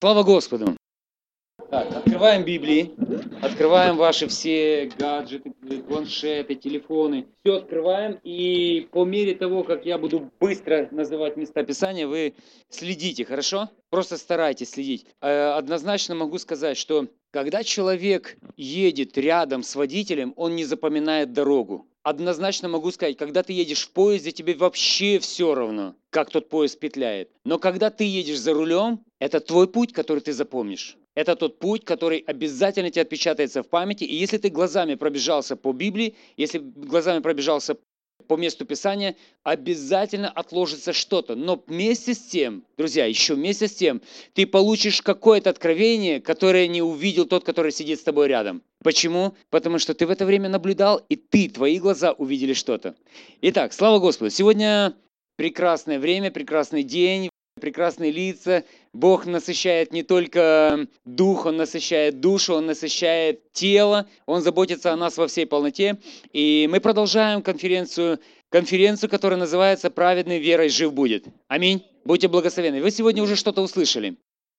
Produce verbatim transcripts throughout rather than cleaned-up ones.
Слава Господу! Так, открываем Библии, открываем ваши все гаджеты, планшеты, телефоны. Все открываем, и по мере того, как я буду быстро называть места Писания, вы следите, хорошо? Просто старайтесь следить. Э, Однозначно могу сказать, что когда человек едет рядом с водителем, он не запоминает дорогу. Однозначно могу сказать, когда ты едешь в поезде, тебе вообще все равно, как тот поезд петляет. Но когда ты едешь за рулем, это твой путь, который ты запомнишь. Это тот путь, который обязательно тебе отпечатается в памяти. И если ты глазами пробежался по Библии, если глазами пробежался по месту Писания, обязательно отложится что-то. Но вместе с тем, друзья, еще вместе с тем, ты получишь какое-то откровение, которое не увидел тот, который сидит с тобой рядом. Почему? Потому что ты в это время наблюдал, и ты, твои глаза увидели что-то. Итак, слава Господу! Сегодня прекрасное время, прекрасный день, прекрасные лица. Бог насыщает не только дух, Он насыщает душу, Он насыщает тело, Он заботится о нас во всей полноте. И мы продолжаем конференцию, конференцию, которая называется «Праведный верой жив будет». Аминь. Будьте благословенны. Вы сегодня уже что-то услышали.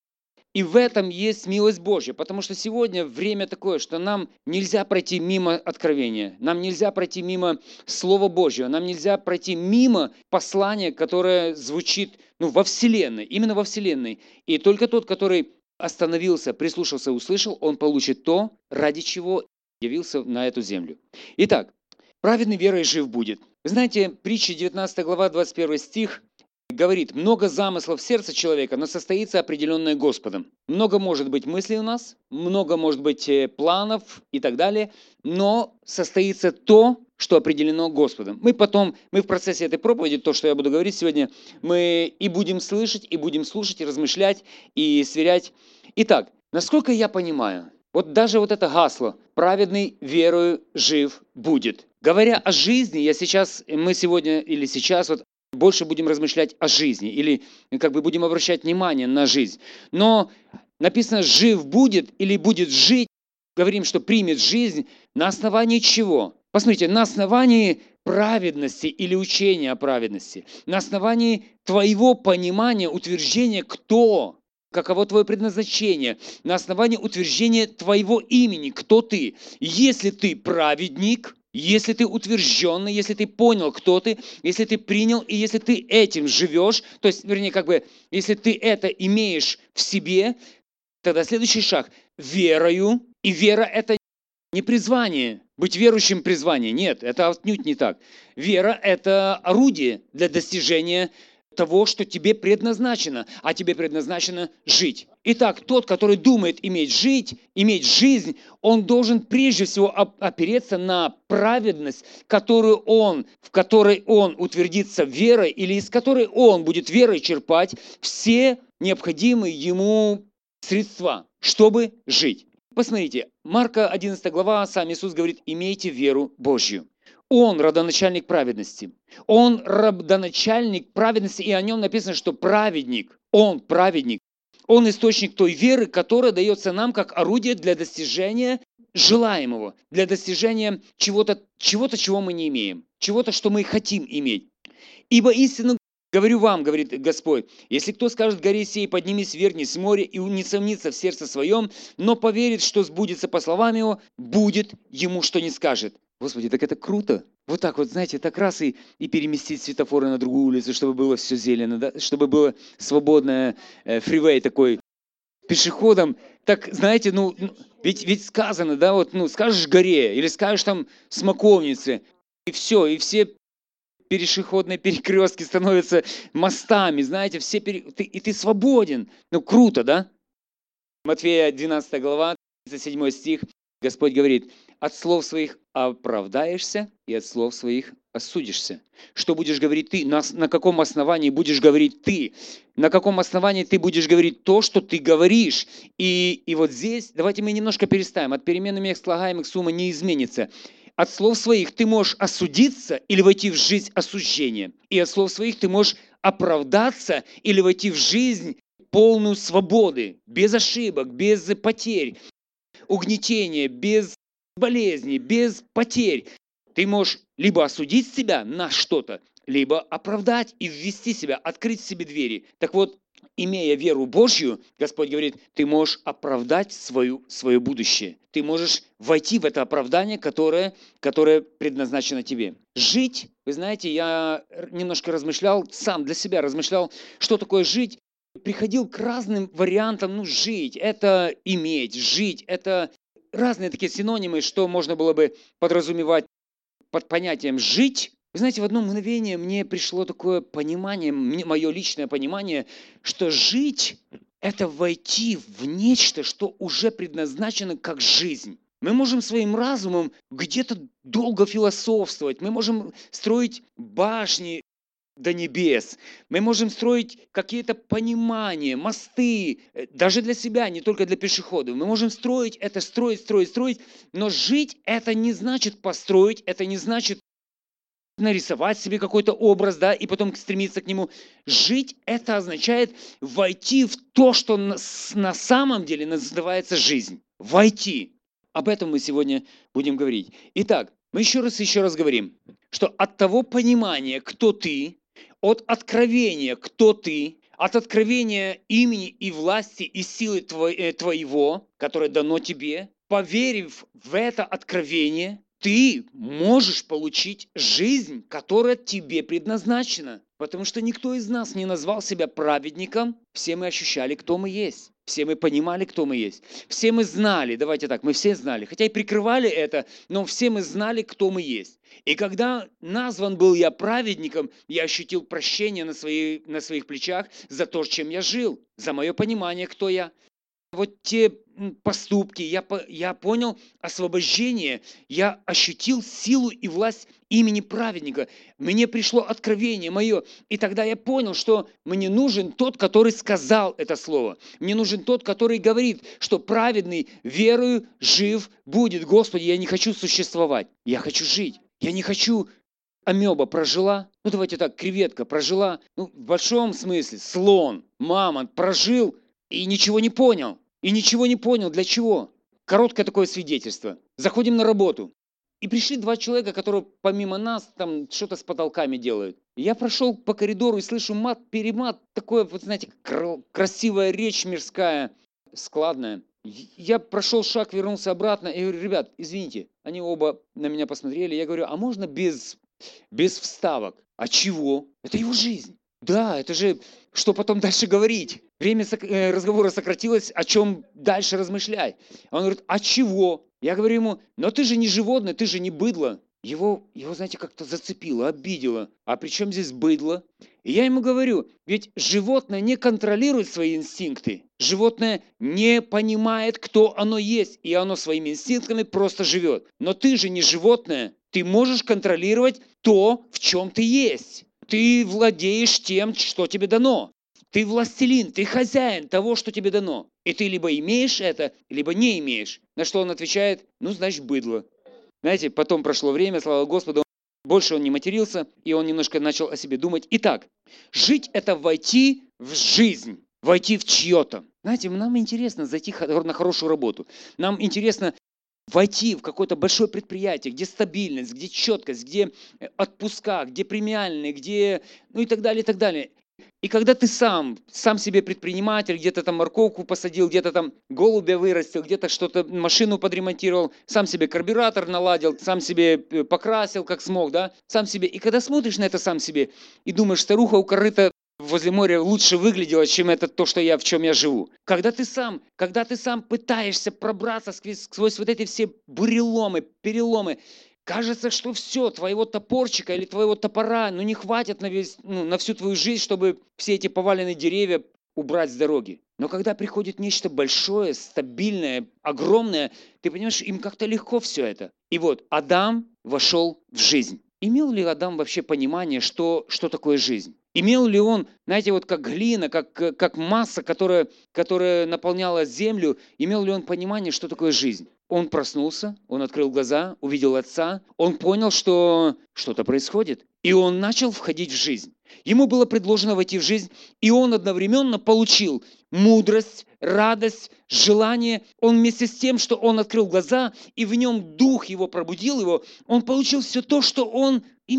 И в этом есть милость Божья, потому что сегодня время такое, что нам нельзя пройти мимо откровения, нам нельзя пройти мимо Слова Божьего, нам нельзя пройти мимо послания, которое звучит ну, во Вселенной, именно во Вселенной. И только тот, который остановился, прислушался, услышал, он получит то, ради чего явился на эту землю. Итак, праведный верой жив будет. Вы знаете, притча девятнадцатая глава, двадцать первый стих, говорит, много замыслов в сердце человека, но состоится определенное Господом. Много может быть мыслей у нас, много может быть планов и так далее, но состоится то, что определено Господом. Мы потом, мы в процессе этой проповеди, то, что я буду говорить сегодня, мы и будем слышать, и будем слушать, и размышлять, и сверять. Итак, насколько я понимаю, вот даже вот это гасло «праведный верою жив будет». Говоря о жизни, я сейчас, мы сегодня или сейчас вот больше будем размышлять о жизни или как бы будем обращать внимание на жизнь. Но написано «жив будет» или «будет жить», говорим, что примет жизнь на основании чего? Посмотрите, на основании праведности или учения о праведности, на основании твоего понимания, утверждения, кто, каково твое предназначение, на основании утверждения твоего имени, кто ты. Если ты праведник, если ты утвержденный, если ты понял, кто ты, если ты принял, и если ты этим живешь, то есть, вернее, как бы, если ты это имеешь в себе, тогда следующий шаг – верою. И вера – это не призвание, быть верующим призвание. Нет, это отнюдь не так. Вера – это орудие для достижения того, что тебе предназначено, а тебе предназначено жить. Итак, тот, который думает иметь жить, иметь жизнь, он должен прежде всего опереться на праведность, которую он, в которой он утвердится верой, или из которой он будет верой черпать все необходимые ему средства, чтобы жить. Посмотрите, Марка одиннадцатая глава, сам Иисус говорит, имейте веру Божью. Он родоначальник праведности. Он родоначальник праведности, и о нем написано, что праведник. Он праведник. Он источник той веры, которая дается нам как орудие для достижения желаемого, для достижения чего-то, чего-то, чего мы не имеем, чего-то, что мы хотим иметь. Ибо истинно говорю вам, говорит Господь, если кто скажет горе сей, поднимись, вернись с моря, и не сомнится в сердце своем, но поверит, что сбудется по словам его, будет ему, что не скажет. Господи, так это круто. Вот так вот, знаете, так раз и, и переместить светофоры на другую улицу, чтобы было все зелено, да? Чтобы было свободное э, фривей такой пешеходом. Так, знаете, ну, ведь, ведь сказано, да, вот, ну, скажешь горе или скажешь там смоковнице, и все, и все пешеходные перекрестки становятся мостами, знаете, все пере... ты, и ты свободен. Ну, круто, да? Матфея двенадцатая глава, тридцать седьмой стих, Господь говорит, от слов своих оправдаешься и от слов своих осудишься. Что будешь говорить ты? На, на каком основании будешь говорить ты? На каком основании ты будешь говорить то, что ты говоришь? И, и вот здесь, давайте мы немножко переставим. От перемены мест слагаемых сумма не изменится. От слов своих ты можешь осудиться или войти в жизнь осуждения. И от слов своих ты можешь оправдаться или войти в жизнь полную свободы, без ошибок, без потерь, угнетения, без болезней, без потерь. Ты можешь либо осудить себя на что-то, либо оправдать и ввести себя, открыть себе двери. Так вот, имея веру Божью, Господь говорит, ты можешь оправдать свою, свое будущее. Ты можешь войти в это оправдание, которое, которое предназначено тебе. Жить, вы знаете, я немножко размышлял, сам для себя размышлял, что такое жить. Приходил к разным вариантам, ну, жить, это иметь, жить, это разные такие синонимы, что можно было бы подразумевать под понятием «жить». Вы знаете, в одно мгновение мне пришло такое понимание, мое личное понимание, что жить – это войти в нечто, что уже предназначено как жизнь. Мы можем своим разумом где-то долго философствовать, мы можем строить башни до небес, мы можем строить какие-то понимания, мосты, даже для себя, не только для пешеходов. Мы можем строить это, строить, строить, строить, но жить – это не значит построить, это не значит нарисовать себе какой-то образ, да, и потом стремиться к нему. Жить – это означает войти в то, что на, на самом деле называется жизнь. Войти. Об этом мы сегодня будем говорить. Итак, мы еще раз еще раз говорим, что от того понимания, кто ты, от откровения, кто ты, от откровения имени и власти и силы твоего, которое дано тебе, поверив в это откровение, ты можешь получить жизнь, которая тебе предназначена. Потому что никто из нас не назвал себя праведником. Все мы ощущали, кто мы есть. Все мы понимали, кто мы есть. Все мы знали, давайте так, мы все знали. Хотя и прикрывали это, но все мы знали, кто мы есть. И когда назван был я праведником, я ощутил прощение на, свои, на своих плечах за то, чем я жил, за мое понимание, кто я. Вот те поступки, я, я понял освобождение, я ощутил силу и власть имени праведника. Мне пришло откровение мое, и тогда я понял, что мне нужен тот, который сказал это слово. Мне нужен тот, который говорит, что праведный верою жив будет. Господи, я не хочу существовать, я хочу жить. Я не хочу... Амеба прожила, ну давайте так, креветка прожила, ну в большом смысле, слон, мамонт прожил и ничего не понял. И ничего не понял, для чего. Короткое такое свидетельство. Заходим на работу. И пришли два человека, которые помимо нас там что-то с потолками делают. И я прошел по коридору и слышу мат, перемат, такое, вот знаете, красивая речь мирская, складная. Я прошел шаг, вернулся обратно и говорю, ребят, извините. Они оба на меня посмотрели. Я говорю, а можно без, без вставок? А чего? Это его жизнь. Да, это же, что потом дальше говорить? Время разговора сократилось, о чем дальше размышляй. Он говорит, а чего? Я говорю ему, но ты же не животное, ты же не быдло. Его, его, знаете, как-то зацепило, обидело. А при чем здесь быдло? И я ему говорю, ведь животное не контролирует свои инстинкты. Животное не понимает, кто оно есть, и оно своими инстинктами просто живет. Но ты же не животное, ты можешь контролировать то, в чем ты есть. Ты владеешь тем, что тебе дано. Ты властелин, ты хозяин того, что тебе дано. И ты либо имеешь это, либо не имеешь. На что он отвечает, ну, значит, быдло. Знаете, потом прошло время, слава Господу, больше он не матерился, и он немножко начал о себе думать. Итак, жить – это войти в жизнь, войти в чье-то. Знаете, нам интересно зайти на хорошую работу. Нам интересно войти в какое-то большое предприятие, где стабильность, где четкость, где отпуска, где премиальные, где, ну и так далее, и так далее. И когда ты сам, сам себе предприниматель, где-то там морковку посадил, где-то там голубя вырастил, где-то что-то, машину подремонтировал, сам себе карбюратор наладил, сам себе покрасил, как смог, да, сам себе. И когда смотришь на это сам себе и думаешь, старуха у корыта возле моря лучше выглядела, чем это то, что я, в чем я живу. Когда ты сам, когда ты сам пытаешься пробраться сквозь, сквозь вот эти все буреломы, переломы, кажется, что все, твоего топорчика или твоего топора, ну не хватит на, весь, ну, на всю твою жизнь, чтобы все эти поваленные деревья убрать с дороги. Но когда приходит нечто большое, стабильное, огромное, ты понимаешь, им как-то легко все это. И вот Адам вошел в жизнь. Имел ли Адам вообще понимание, что, что такое жизнь? Имел ли он, знаете, вот как глина, как, как масса, которая, которая наполняла землю, имел ли он понимание, что такое жизнь? Он проснулся, он открыл глаза, увидел отца, он понял, что что-то происходит, и он начал входить в жизнь. Ему было предложено войти в жизнь, и он одновременно получил мудрость, радость, желание. Он вместе с тем, что он открыл глаза, и в нем дух его пробудил его, он получил все то, что он имел.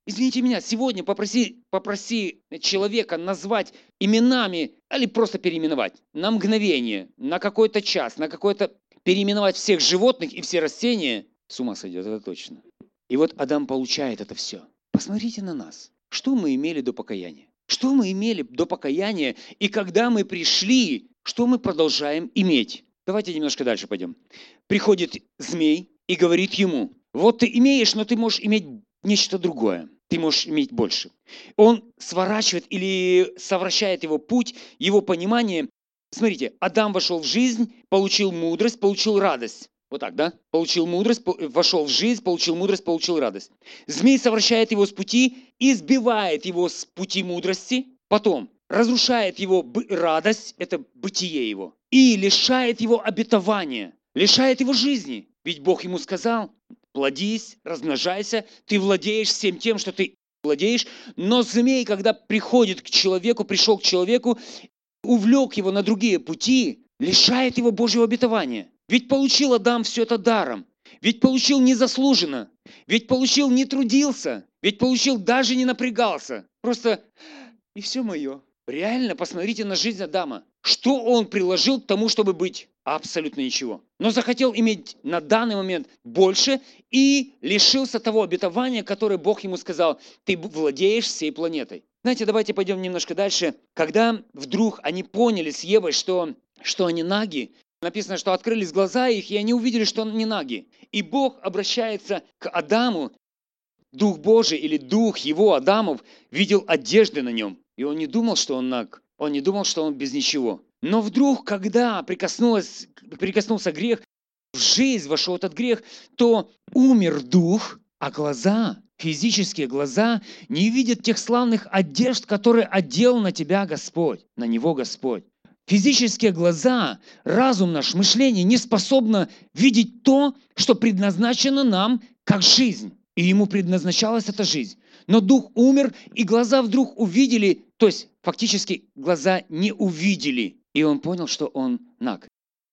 Извините меня, сегодня попроси, попроси человека назвать именами или просто переименовать на мгновение, на какой-то час, на какой-то... Переименовать всех животных и все растения, с ума сойдет, это точно. И вот Адам получает это все. Посмотрите на нас. Что мы имели до покаяния? Что мы имели до покаяния? И когда мы пришли, что мы продолжаем иметь? Давайте немножко дальше пойдем. Приходит змей и говорит ему, вот ты имеешь, но ты можешь иметь нечто другое. Ты можешь иметь больше. Он сворачивает или совращает его путь, его понимание. Смотрите, Адам вошел в жизнь, получил мудрость, получил радость. Вот так, да? Получил мудрость, вошел в жизнь, получил мудрость, получил радость. Змей совращает его с пути и сбивает его с пути мудрости. Потом разрушает его радость, это бытие его. И лишает его обетования, лишает его жизни. Ведь Бог ему сказал, плодись, размножайся, ты владеешь всем тем, что ты владеешь. Но змей, когда приходит к человеку, пришел к человеку, увлек его на другие пути, лишает его Божьего обетования. Ведь получил Адам все это даром. Ведь получил незаслуженно. Ведь получил не трудился. Ведь получил даже не напрягался. Просто и все мое. Реально посмотрите на жизнь Адама. Что он приложил к тому, чтобы быть? Абсолютно ничего. Но захотел иметь на данный момент больше и лишился того обетования, которое Бог ему сказал. Ты владеешь всей планетой. Знаете, давайте пойдем немножко дальше. Когда вдруг они поняли с Евой, что, что они наги, написано, что открылись глаза их, и они увидели, что они наги. И Бог обращается к Адаму, Дух Божий или Дух его, Адамов, видел одежды на нем. И он не думал, что он наг, он не думал, что он без ничего. Но вдруг, когда прикоснулась, прикоснулся грех, в жизнь вошел этот грех, то умер дух, а глаза, физические глаза, не видят тех славных одежд, которые одел на тебя Господь, на него Господь. Физические глаза, разум наш, мышление не способно видеть то, что предназначено нам как жизнь. И ему предназначалась эта жизнь. Но дух умер, и глаза вдруг увидели, то есть фактически глаза не увидели. И он понял, что он наг.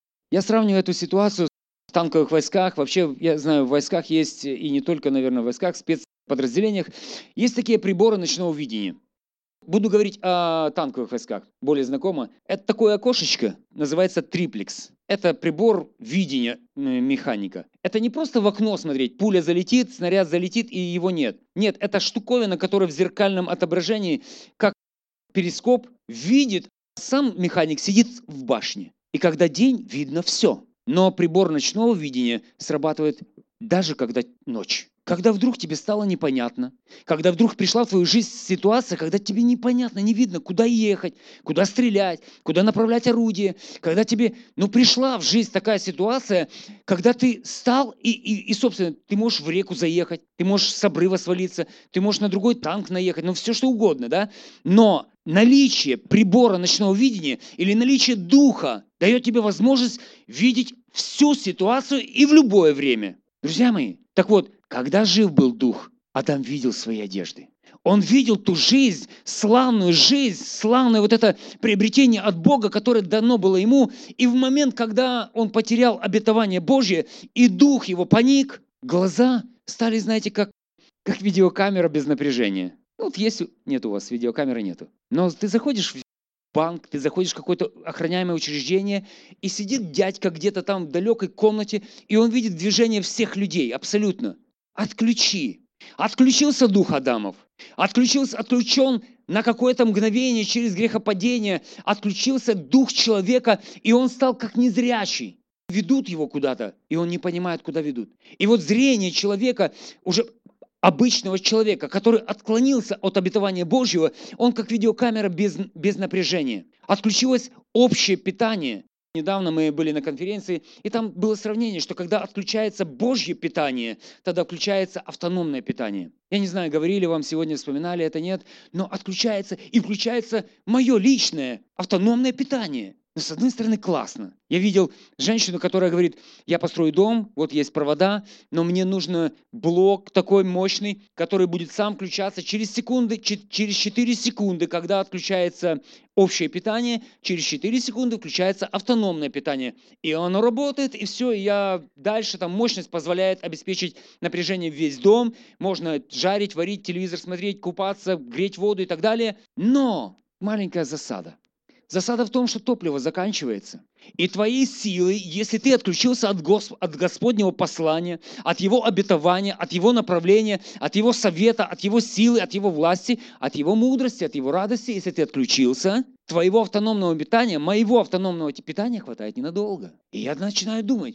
Я сравниваю эту ситуацию в танковых войсках. Вообще, я знаю, в войсках есть, и не только, наверное, в войсках, в спецподразделениях, есть такие приборы ночного видения. Буду говорить о танковых войсках, более знакомо. Это такое окошечко, называется триплекс. Это прибор видения механика. Это не просто в окно смотреть, пуля залетит, снаряд залетит и его нет. Нет, это штуковина, которая в зеркальном отображении, как перископ, видит, сам механик сидит в башне. И когда день, видно все. Но прибор ночного видения срабатывает даже когда ночь. Когда вдруг тебе стало непонятно, когда вдруг пришла в твою жизнь ситуация, когда тебе непонятно, не видно, куда ехать, куда стрелять, куда направлять орудие, когда тебе, ну, пришла в жизнь такая ситуация, когда ты стал и, и, и, собственно, ты можешь в реку заехать, ты можешь с обрыва свалиться, ты можешь на другой танк наехать, ну, все что угодно, да, но наличие прибора ночного видения или наличие духа дает тебе возможность видеть всю ситуацию и в любое время. Друзья мои, так вот, когда жив был дух, Адам видел свои одежды. Он видел ту жизнь, славную жизнь, славное вот это приобретение от Бога, которое дано было ему. И в момент, когда он потерял обетование Божье, и дух его паник, глаза стали, знаете, как, как видеокамера без напряжения. Ну, вот есть, нет у вас видеокамеры, нету. Но ты заходишь в банк, ты заходишь в какое-то охраняемое учреждение, и сидит дядька где-то там в далекой комнате, и он видит движение всех людей, абсолютно. Отключи. Отключился дух Адамов. Отключился, отключен на какое-то мгновение через грехопадение. Отключился дух человека, и он стал как незрячий. Ведут его куда-то, и он не понимает, куда ведут. И вот зрение человека, уже обычного человека, который отклонился от обетования Божьего, он как видеокамера без, без напряжения. Отключилось общее питание. Недавно мы были на конференции, и там было сравнение, что когда отключается Божье питание, тогда включается автономное питание. Я не знаю, говорили вам сегодня, вспоминали это, нет, но отключается и включается мое личное автономное питание. Но с одной стороны классно. Я видел женщину, которая говорит, я построю дом, вот есть провода, но мне нужен блок такой мощный, который будет сам включаться через секунды, че- через четыре секунды, когда отключается общее питание, через четыре секунды включается автономное питание. И оно работает, и все, и я дальше, там мощность позволяет обеспечить напряжение в весь дом, можно жарить, варить, телевизор смотреть, купаться, греть воду и так далее. Но маленькая засада. Засада в том, что топливо заканчивается. И твои силы, если ты отключился от, Гос... от Господнего послания, от Его обетования, от Его направления, от Его совета, от Его силы, от Его власти, от Его мудрости, от Его радости, если ты отключился, твоего автономного питания, моего автономного питания хватает ненадолго. И я начинаю думать,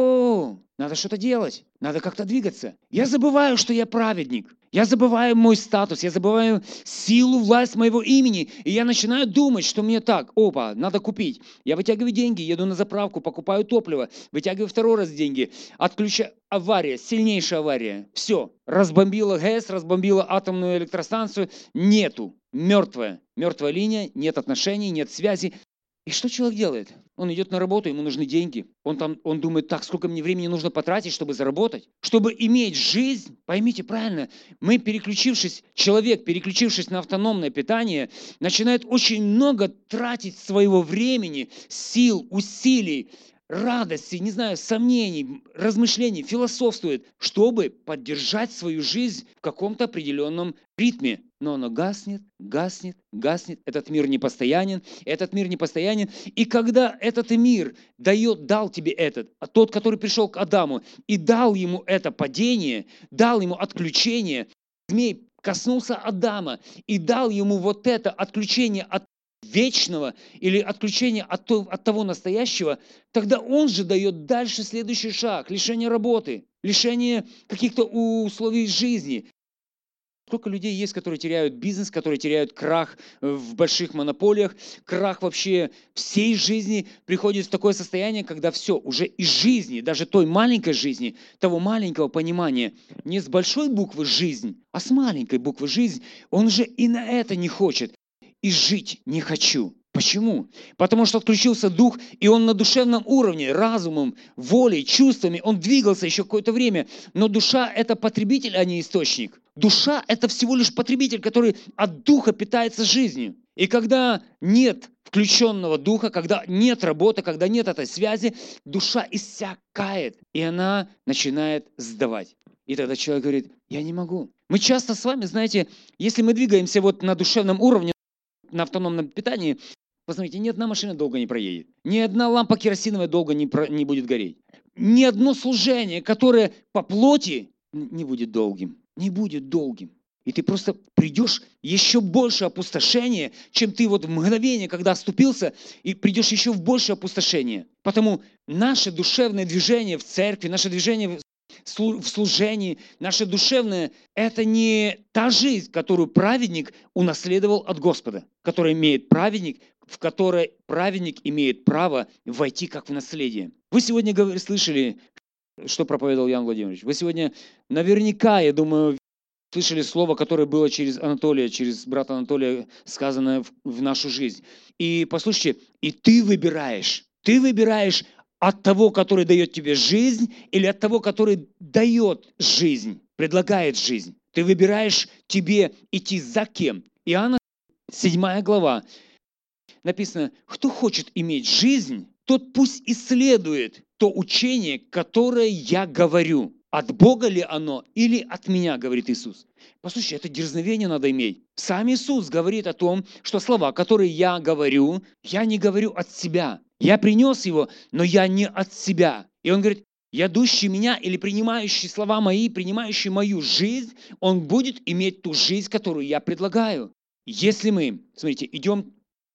о, надо что-то делать, надо как-то двигаться. Я забываю, что я праведник. Я забываю мой статус, я забываю силу, власть моего имени. И я начинаю думать, что мне так, опа, надо купить. Я вытягиваю деньги, еду на заправку, покупаю топливо, вытягиваю второй раз деньги. Отключаю. Авария, сильнейшая авария. Все, разбомбила ГЭС, разбомбила атомную электростанцию. Нету. Мертвая. Мертвая линия, нет отношений, нет связи. И что человек делает? Он идет на работу, ему нужны деньги. Он там, он думает, так, сколько мне времени нужно потратить, чтобы заработать? Чтобы иметь жизнь, поймите правильно, мы, переключившись, человек, переключившись на автономное питание, начинает очень много тратить своего времени, сил, усилий, радости, не знаю, сомнений, размышлений, философствует, чтобы поддержать свою жизнь в каком-то определенном ритме. Но оно гаснет, гаснет, гаснет. Этот мир непостоянен, этот мир непостоянен. И когда этот мир дает, дал тебе этот, а тот, который пришел к Адаму и дал ему это падение, дал ему отключение, змей коснулся Адама и дал ему вот это отключение от вечного или отключение от, то, от того настоящего, тогда он же дает дальше следующий шаг. Лишение работы, лишение каких-то условий жизни. Сколько людей есть, которые теряют бизнес, которые теряют крах в больших монополиях, крах вообще всей жизни, приходит в такое состояние, когда все, уже из жизни, даже той маленькой жизни, того маленького понимания, не с большой буквы «жизнь», а с маленькой буквы «жизнь», он уже и на это не хочет. И жить не хочу. Почему? Потому что отключился дух, и он на душевном уровне, разумом, волей, чувствами, он двигался еще какое-то время. Но душа – это потребитель, а не источник. Душа – это всего лишь потребитель, который от духа питается жизнью. И когда нет включенного духа, когда нет работы, когда нет этой связи, душа иссякает, и она начинает сдавать. И тогда человек говорит, я не могу. Мы часто с вами, знаете, если мы двигаемся вот на душевном уровне, на автономном питании, посмотрите, ни одна машина долго не проедет. Ни одна лампа керосиновая долго не, про, не будет гореть. Ни одно служение, которое по плоти, не будет долгим. Не будет долгим. И ты просто придешь еще больше опустошения, чем ты вот в мгновение, когда оступился, и придешь еще в большее опустошение. Потому наше душевное движение в церкви, наше движение в служении, наше душевное, это не та жизнь, которую праведник унаследовал от Господа, которую имеет праведник, в которой праведник имеет право войти как в наследие. Вы сегодня слышали, что проповедовал Ян Владимирович? Вы сегодня наверняка, я думаю, слышали слово, которое было через Анатолия, через брата Анатолия сказано в, в нашу жизнь. И послушайте, и ты выбираешь, ты выбираешь от того, который дает тебе жизнь, или от того, который дает жизнь, предлагает жизнь. Ты выбираешь тебе идти за кем. Иоанна седьмая глава. Написано, кто хочет иметь жизнь, тот пусть исследует то учение, которое я говорю. От Бога ли оно или от меня, говорит Иисус. Послушайте, это дерзновение надо иметь. Сам Иисус говорит о том, что слова, которые я говорю, я не говорю от себя. Я принес его, но я не от себя. И он говорит, ядущий меня или принимающий слова мои, принимающий мою жизнь, он будет иметь ту жизнь, которую я предлагаю. Если мы, смотрите, идем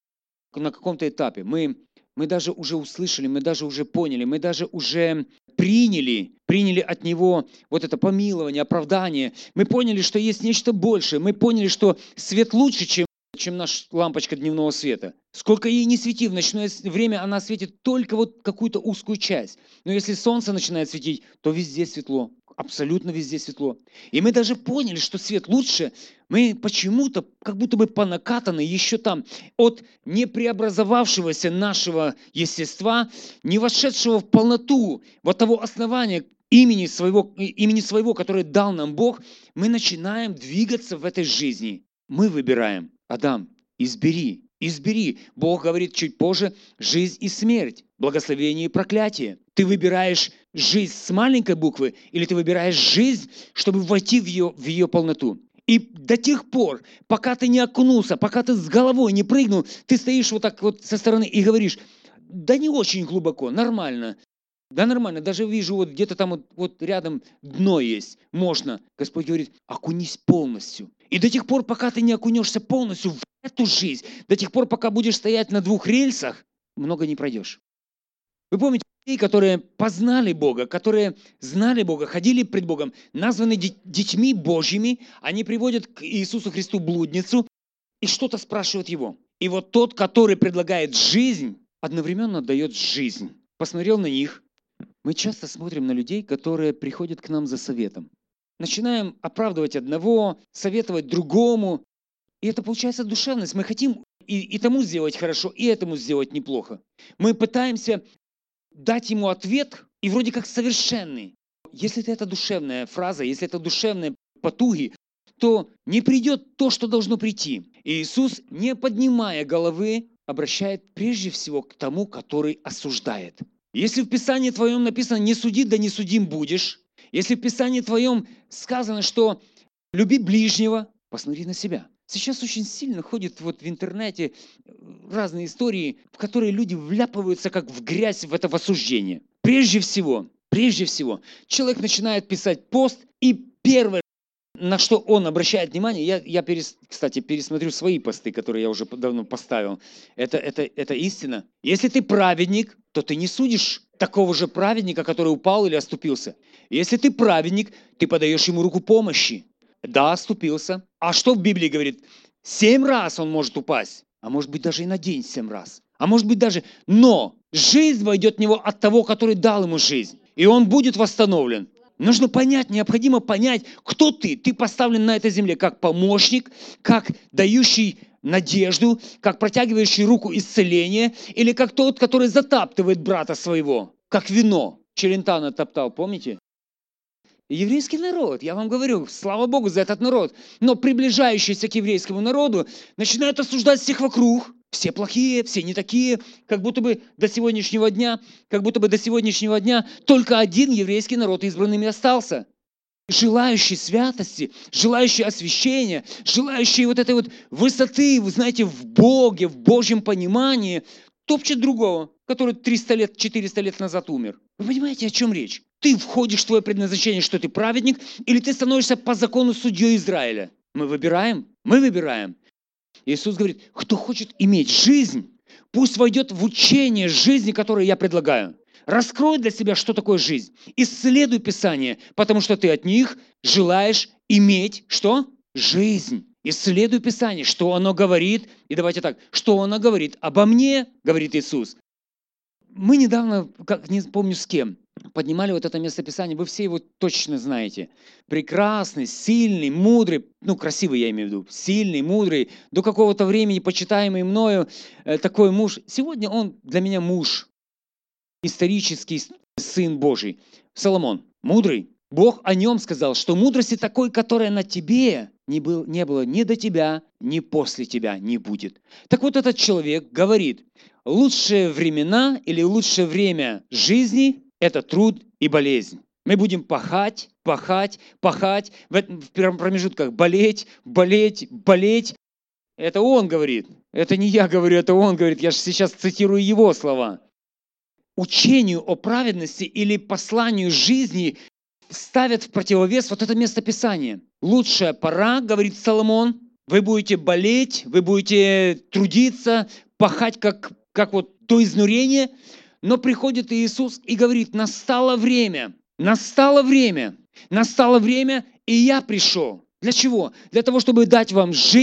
на каком-то этапе, мы, мы даже уже услышали, мы даже уже поняли, мы даже уже приняли, приняли от Него вот это помилование, оправдание. Мы поняли, что есть нечто большее. Мы поняли, что свет лучше, чем, чем наша лампочка дневного света. Сколько ей не свети, в ночное время она светит только вот какую-то узкую часть. Но если солнце начинает светить, то везде светло. абсолютно везде светло. И мы даже поняли, что свет лучше. Мы почему-то, как будто бы по накатанной еще там, от непреобразовавшегося нашего естества, не вошедшего в полноту вот того основания имени своего, имени своего, которое дал нам Бог, мы начинаем двигаться в этой жизни. Мы выбираем: Адам, избери, избери. Бог говорит чуть позже: жизнь и смерть, благословение и проклятие. Ты выбираешь жизнь с маленькой буквы, или ты выбираешь жизнь, чтобы войти в ее, в ее полноту. И до тех пор, пока ты не окунулся, пока ты с головой не прыгнул, ты стоишь вот так вот со стороны и говоришь: да не очень глубоко, нормально. Да нормально, даже вижу, вот где-то там вот, вот рядом дно есть, можно. Господь говорит: окунись полностью. И до тех пор, пока ты не окунешься полностью в эту жизнь, до тех пор, пока будешь стоять на двух рельсах, много не пройдешь. Вы помните людей, которые познали Бога, которые знали Бога, ходили пред Богом, названы детьми Божьими, они приводят к Иисусу Христу блудницу и что-то спрашивают Его. И вот тот, который предлагает жизнь, одновременно дает жизнь. Посмотрел на них. Мы часто смотрим на людей, которые приходят к нам за советом. Начинаем оправдывать одного, советовать другому. И это получается душевность. Мы хотим и, и тому сделать хорошо, и этому сделать неплохо. Мы пытаемся дать ему ответ, и вроде как совершенный. Если это душевная фраза, если это душевные потуги, то не придет то, что должно прийти. И Иисус, не поднимая головы, обращает прежде всего к тому, который осуждает. Если в Писании Твоем написано: не суди, да не судим будешь. Если в Писании Твоем сказано, что люби ближнего, посмотри на себя. Сейчас очень сильно ходят вот в интернете разные истории, в которые люди вляпываются как в грязь в это осуждение. Прежде всего, прежде всего, человек начинает писать пост, и первое, на что он обращает внимание, я, я перес, кстати, пересмотрю свои посты, которые я уже давно поставил, это, это, это истина. Если ты праведник, то ты не судишь такого же праведника, который упал или оступился. Если ты праведник, ты подаешь ему руку помощи. Да, оступился. А что в Библии говорит? Семь раз он может упасть, а может быть даже и на день семь раз. А может быть даже... Но жизнь войдет в него от того, который дал ему жизнь. И он будет восстановлен. Нужно понять, необходимо понять, кто ты. Ты поставлен на этой земле как помощник, как дающий надежду, как протягивающий руку исцеления, или как тот, который затаптывает брата своего, как вино. Челентано топтал, помните? Еврейский народ, я вам говорю, слава Богу за этот народ. Но приближающиеся к еврейскому народу начинают осуждать всех вокруг. Все плохие, все не такие, как будто бы до сегодняшнего дня, как будто бы до сегодняшнего дня только один еврейский народ избранным и остался. Желающий святости, желающий освящения, желающий вот этой вот высоты, вы знаете, в Боге, в Божьем понимании, топчет другого, который триста лет, четыреста лет назад умер. Вы понимаете, о чем речь? Ты входишь в твое предназначение, что ты праведник, или ты становишься по закону судьей Израиля? Мы выбираем, мы выбираем. Иисус говорит: кто хочет иметь жизнь, пусть войдет в учение жизни, которое я предлагаю. Раскрой для себя, что такое жизнь. Исследуй Писание, потому что ты от них желаешь иметь что? Жизнь. Исследуй Писание, что оно говорит. И давайте так, что оно говорит обо мне, говорит Иисус. Мы недавно, как не помню с кем, поднимали вот это местописание, вы все его точно знаете. Прекрасный, сильный, мудрый, ну, красивый я имею в виду, сильный, мудрый, до какого-то времени почитаемый мною э, такой муж. Сегодня он для меня муж, исторический сын Божий. Соломон, мудрый. Бог о нем сказал, что мудрости такой, которая на тебе не, был, не было ни до тебя, ни после тебя не будет. Так вот этот человек говорит: лучшие времена или лучшее время жизни – это труд и болезнь. Мы будем пахать, пахать, пахать, в этом в промежутках болеть, болеть, болеть. Это он говорит. Это не я говорю, это он говорит. Я же сейчас цитирую его слова. Учению о праведности или посланию жизни ставят в противовес вот это местописание. Лучшая пора, говорит Соломон, вы будете болеть, вы будете трудиться, пахать как, как вот до изнурения, но приходит Иисус и говорит: настало время, настало время, настало время, и я пришел. Для чего? Для того, чтобы дать вам жизнь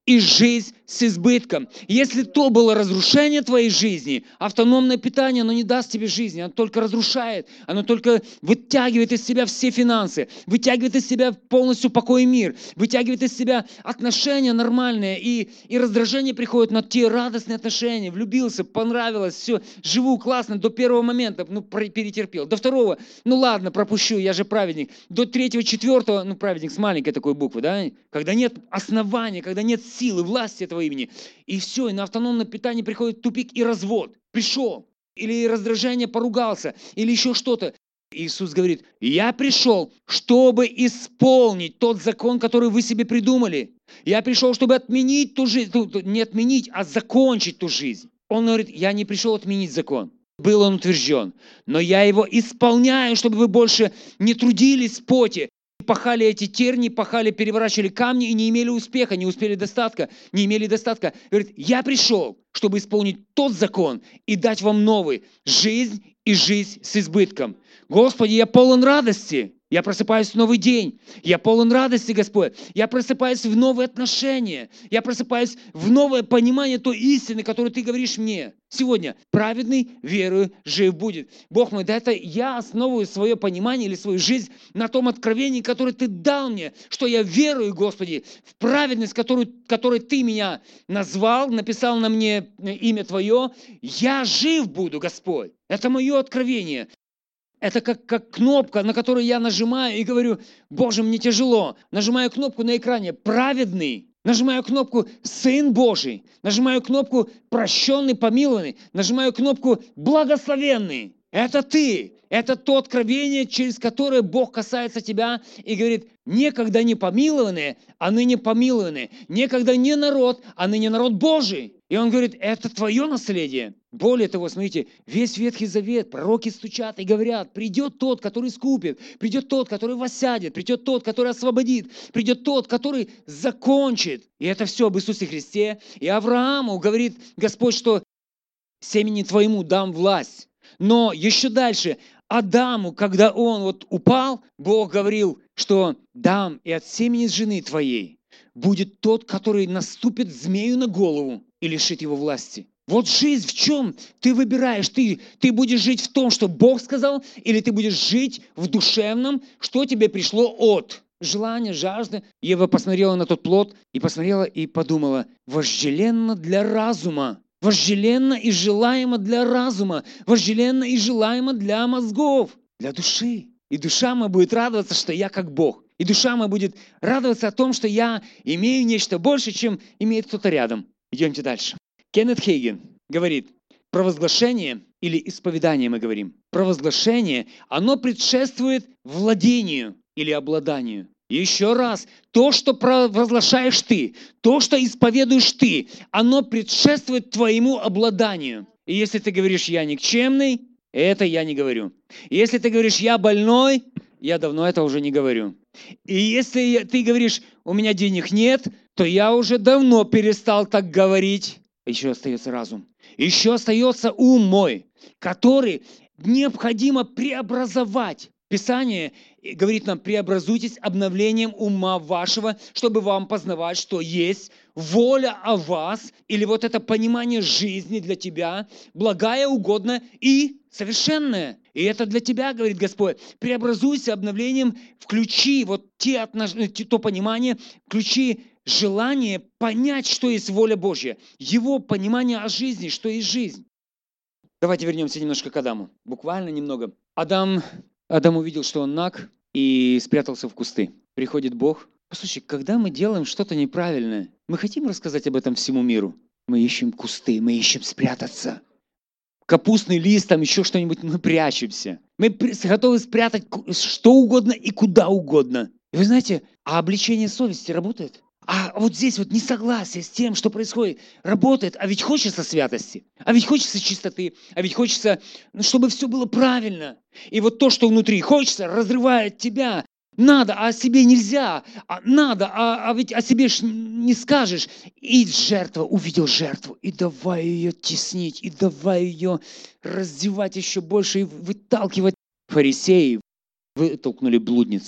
и жизнь с избытком. Если то было разрушение твоей жизни, автономное питание, оно не даст тебе жизни, оно только разрушает, оно только вытягивает из себя все финансы, вытягивает из себя полностью покой и мир, вытягивает из себя отношения нормальные, и, и раздражение приходит на те радостные отношения, влюбился, понравилось, все, живу классно до первого момента, ну, перетерпел, до второго, ну ладно, пропущу, я же праведник, до третьего, четвертого, ну, праведник с маленькой такой буквы, да, когда нет основания, когда нет силы, власти этого имени. И все, и на автономном питании приходит тупик и развод. Пришел. Или раздражение, поругался. Или еще что-то. Иисус говорит, я пришел, чтобы исполнить тот закон, который вы себе придумали. Я пришел, чтобы отменить ту жизнь. Не отменить, а закончить ту жизнь. Он говорит, я не пришел отменить закон. Был он утвержден. Но я его исполняю, чтобы вы больше не трудились в поте. Пахали эти терни, пахали, переворачивали камни и не имели успеха, не успели достатка, не имели достатка. Говорит, я пришел, чтобы исполнить тот закон и дать вам новый. Жизнь и жизнь с избытком. Господи, я полон радости. Я просыпаюсь в новый день. Я полон радости, Господь. Я просыпаюсь в новые отношения. Я просыпаюсь в новое понимание той истины, которую Ты говоришь мне. Сегодня праведный верою жив будет. Бог мой, да это я основываю свое понимание или свою жизнь на том откровении, которое Ты дал мне, что я верую, Господи, в праведность, которую, которой Ты меня назвал, написал на мне имя Твое. Я жив буду, Господь. Это мое откровение. Это как, как кнопка, на которую я нажимаю и говорю, Боже, мне тяжело. Нажимаю кнопку на экране «Праведный». Нажимаю кнопку «Сын Божий». Нажимаю кнопку «Прощенный, помилованный». Нажимаю кнопку «Благословенный». Это ты. Это то откровение, через которое Бог касается тебя и говорит, некогда не помилованные, а ныне помилованные. Некогда не народ, а ныне народ Божий. И он говорит, это твое наследие. Более того, смотрите, весь Ветхий Завет, пророки стучат и говорят, придет тот, который скупит, придет тот, который воссядет, придет тот, который освободит, придет тот, который закончит. И это все об Иисусе Христе. И Аврааму говорит Господь, что семени твоему дам власть. Но еще дальше, Адаму, когда он вот упал, Бог говорил, что дам и от семени жены твоей будет тот, который наступит змею на голову и лишит его власти. Вот жизнь в чем? Ты выбираешь, ты, ты будешь жить в том, что Бог сказал, или ты будешь жить в душевном, что тебе пришло от желания, жажды. Ева посмотрела на тот плод и посмотрела и подумала, вожделенно для разума. Вожделенно и желаемо для разума, вожделенно и желаемо для мозгов, для души. И душа моя будет радоваться, что я как Бог. И душа моя будет радоваться о том, что я имею нечто больше, чем имеет кто-то рядом. Идемте дальше. Кеннет Хейген говорит, провозглашение или исповедание мы говорим. Провозглашение, оно предшествует владению или обладанию. Еще раз, то, что провозглашаешь ты, то, что исповедуешь ты, оно предшествует твоему обладанию. И если ты говоришь, я никчемный, это я не говорю. И если ты говоришь, я больной, я давно это уже не говорю. И если ты говоришь, у меня денег нет, то я уже давно перестал так говорить. Еще остается разум. Еще остается ум мой, который необходимо преобразовать. Писание говорит нам, преобразуйтесь обновлением ума вашего, чтобы вам познавать, что есть воля о вас, или вот это понимание жизни для тебя, благая, угодная и совершенная. И это для тебя, говорит Господь, преобразуйся обновлением, включи вот те отнош... то понимание, включи желание понять, что есть воля Божья, его понимание о жизни, что есть жизнь. Давайте вернемся немножко к Адаму, буквально немного. Адам... Адам увидел, что он наг, и спрятался в кусты. Приходит Бог. Послушай, когда мы делаем что-то неправильное, мы хотим рассказать об этом всему миру. Мы ищем кусты, мы ищем спрятаться. Капустный лист, там еще что-нибудь, мы прячемся. Мы готовы спрятать что угодно и куда угодно. И вы знаете, а обличение совести работает? А вот здесь вот несогласие с тем, что происходит, работает. А ведь хочется святости, а ведь хочется чистоты, а ведь хочется, чтобы все было правильно. И вот то, что внутри хочется, разрывает тебя. Надо, а о себе нельзя. А надо, а, а ведь о себе ж не скажешь. И жертва, увидел жертву, и давай ее теснить, и давай ее раздевать еще больше, и выталкивать. Фарисеи вытолкнули блудницу.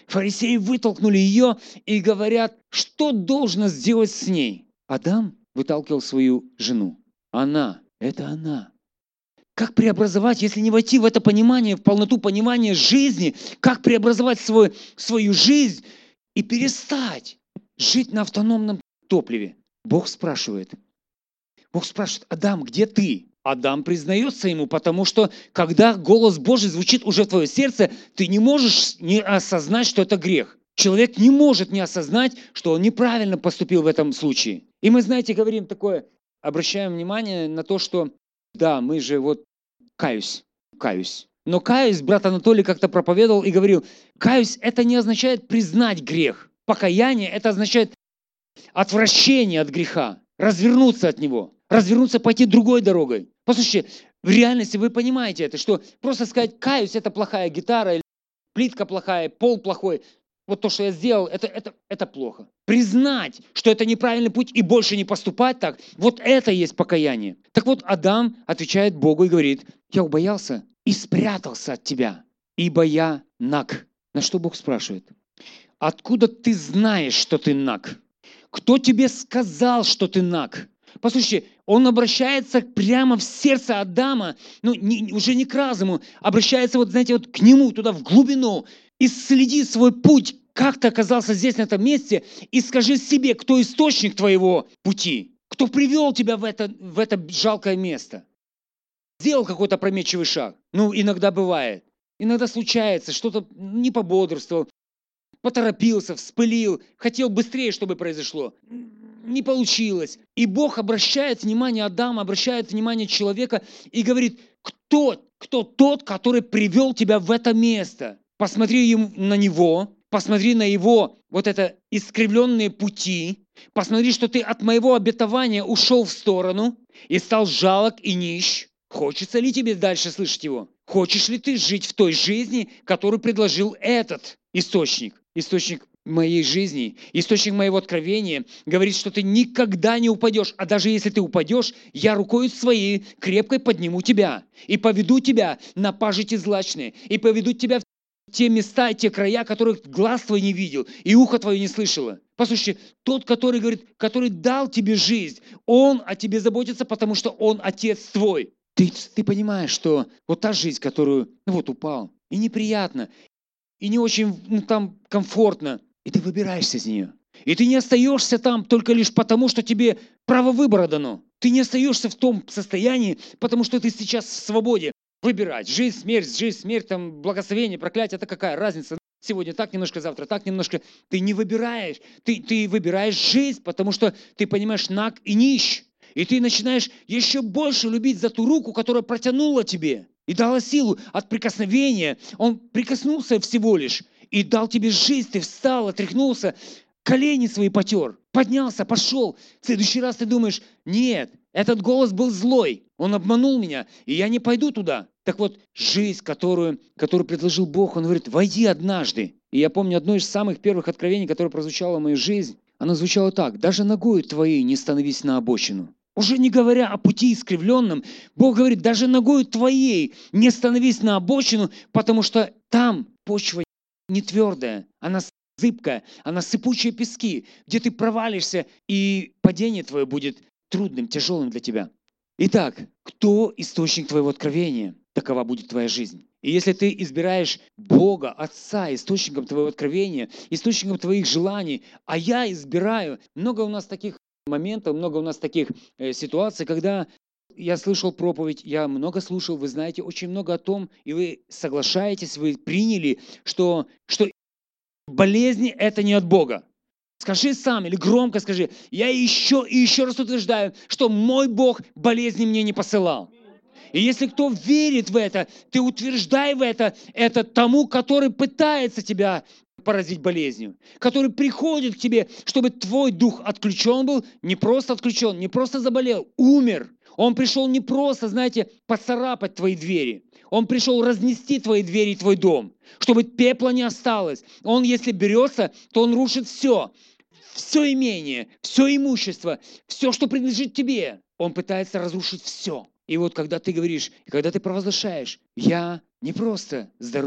Фарисеи вытолкнули ее и говорят, что должно сделать с ней. Адам выталкивал свою жену. Она, это она. Как преобразовать, если не войти в это понимание, в полноту понимания жизни, как преобразовать свой, свою жизнь и перестать жить на автономном топливе? Бог спрашивает. Бог спрашивает, Адам, где ты? Адам признается ему, потому что когда голос Божий звучит уже в твое сердце, ты не можешь не осознать, что это грех. Человек не может не осознать, что он неправильно поступил в этом случае. И мы, знаете, говорим такое, обращаем внимание на то, что да, мы же вот каюсь, каюсь. Но каюсь, брат Анатолий как-то проповедовал и говорил, каюсь это не означает признать грех. Покаяние это означает отвращение от греха, развернуться от него, развернуться, пойти другой дорогой. Послушайте, в реальности вы понимаете это, что просто сказать каюсь это плохая гитара, или плитка плохая, пол плохой. Вот то, что я сделал, это, это, это плохо. Признать, что это неправильный путь и больше не поступать так, вот это есть покаяние. Так вот, Адам отвечает Богу и говорит, я убоялся и спрятался от тебя, ибо я наг. На что Бог спрашивает? Откуда ты знаешь, что ты наг? Кто тебе сказал, что ты наг? Послушайте, он обращается прямо в сердце Адама, ну, не, уже не к разуму, обращается, вот, знаете, вот к нему, туда, в глубину. Исследи свой путь, как ты оказался здесь, на этом месте, и скажи себе, кто источник твоего пути, кто привел тебя в это, в это жалкое место. Сделал какой-то опрометчивый шаг. Ну, иногда бывает. Иногда случается, что-то не пободрствовал, поторопился, вспылил, хотел быстрее, чтобы произошло. Не получилось. И Бог обращает внимание Адама, обращает внимание человека и говорит, кто, кто тот, который привел тебя в это место? Посмотри ему, на него, посмотри на его вот это искривленные пути, посмотри, что ты от моего обетования ушел в сторону и стал жалок и нищ. Хочется ли тебе дальше слышать его? Хочешь ли ты жить в той жизни, которую предложил этот источник? Источник моей жизни, источник моего откровения говорит, что ты никогда не упадешь, а даже если ты упадешь, я рукой своей крепкой подниму тебя и поведу тебя на пажити злачные, и поведу тебя в те места, те края, которых глаз твой не видел и ухо твое не слышало. Послушайте, тот, который говорит, который дал тебе жизнь, он о тебе заботится, потому что он отец твой. Ты, ты понимаешь, что вот та жизнь, которую, ну вот упал, и неприятно, и не очень ну, там комфортно, и ты выбираешься из нее. И ты не остаешься там только лишь потому, что тебе право выбора дано. Ты не остаешься в том состоянии, потому что ты сейчас в свободе выбирать. Жизнь, смерть, жизнь, смерть, там, благословение, проклятие, это какая разница? Сегодня так немножко, завтра так немножко. Ты не выбираешь. Ты, ты выбираешь жизнь, потому что ты понимаешь наг и нищ. И ты начинаешь еще больше любить за ту руку, которая протянула тебе и дала силу от прикосновения. Он прикоснулся всего лишь и дал тебе жизнь. Ты встал, отряхнулся, колени свои потер, поднялся, пошел. В следующий раз ты думаешь, нет, этот голос был злой, он обманул меня, и я не пойду туда. Так вот, жизнь, которую, которую предложил Бог, Он говорит, войди однажды. И я помню одно из самых первых откровений, которое прозвучало в мою жизнь. Оно звучало так, даже ногою твоей не становись на обочину. Уже не говоря о пути искривленном, Бог говорит, даже ногою твоей не становись на обочину, потому что там почва не твердая, она зыбкая, она сыпучие пески, где ты провалишься, и падение твое будет трудным, тяжелым для тебя. Итак, кто источник твоего откровения? Такова будет твоя жизнь. И если ты избираешь Бога, Отца, источником твоего откровения, источником твоих желаний, а я избираю, много у нас таких моментов, много у нас таких э, ситуаций, когда я слышал проповедь, я много слушал, вы знаете очень много о том, и вы соглашаетесь, вы приняли, что, что болезни – это не от Бога. Скажи сам или громко скажи, я еще и еще раз утверждаю, что мой Бог болезни мне не посылал. И если кто верит в это, ты утверждай в это, это тому, который пытается тебя поразить болезнью, который приходит к тебе, чтобы твой дух отключен был, не просто отключен, не просто заболел, умер. Он пришел не просто, знаете, поцарапать твои двери. Он пришел разнести твои двери и твой дом, чтобы пепла не осталось. Он, если берется, то он рушит все. Все имение, все имущество, все, что принадлежит тебе. Он пытается разрушить все. И вот когда ты говоришь, когда ты провозглашаешь, я не просто здоров,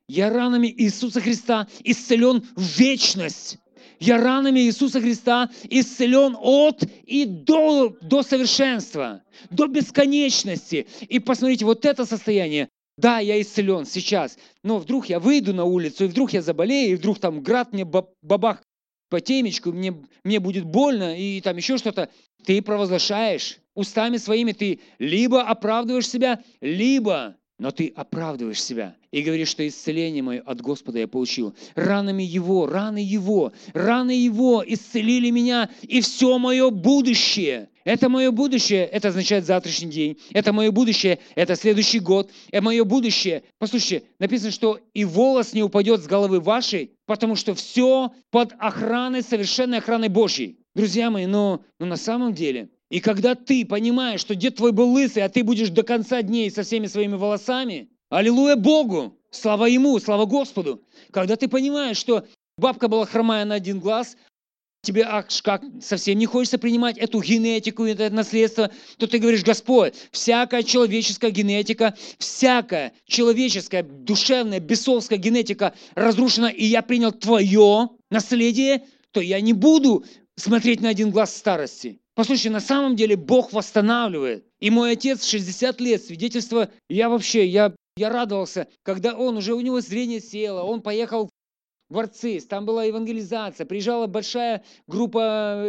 Я ранами Иисуса Христа исцелен в вечность. Я ранами Иисуса Христа исцелен от и до, до совершенства, до бесконечности. И посмотрите, вот это состояние. Да, я исцелен сейчас, но вдруг я выйду на улицу, и вдруг я заболею, и вдруг там град мне бабах по темечку, мне, мне будет больно, и там еще что-то. Ты провозглашаешь устами своими, ты либо оправдываешь себя, либо, но ты оправдываешь себя и говоришь, что исцеление мое от Господа я получил. Ранами Его, раны Его, раны Его исцелили меня, и все мое будущее. Это мое будущее, это означает завтрашний день. Это мое будущее, это следующий год. Это мое будущее. Послушайте, написано, что и волос не упадет с головы вашей, потому что все под охраной, совершенной охраной Божьей. Друзья мои, но, но на самом деле, и когда ты понимаешь, что дед твой был лысый, а ты будешь до конца дней со всеми своими волосами, аллилуйя Богу, слава Ему, слава Господу. Когда ты понимаешь, что бабка была хромая на один глаз, тебе аж как совсем не хочется принимать эту генетику, это наследство, то ты говоришь: Господь, всякая человеческая генетика, всякая человеческая, душевная, бесовская генетика разрушена, и я принял Твое наследие, то я не буду смотреть на один глаз старости. Послушайте, на самом деле Бог восстанавливает. И мой отец в шестьдесят лет, свидетельство, я вообще, я, я радовался, когда он уже, у него зрение село, он поехал в Арцис, там была евангелизация, приезжала большая группа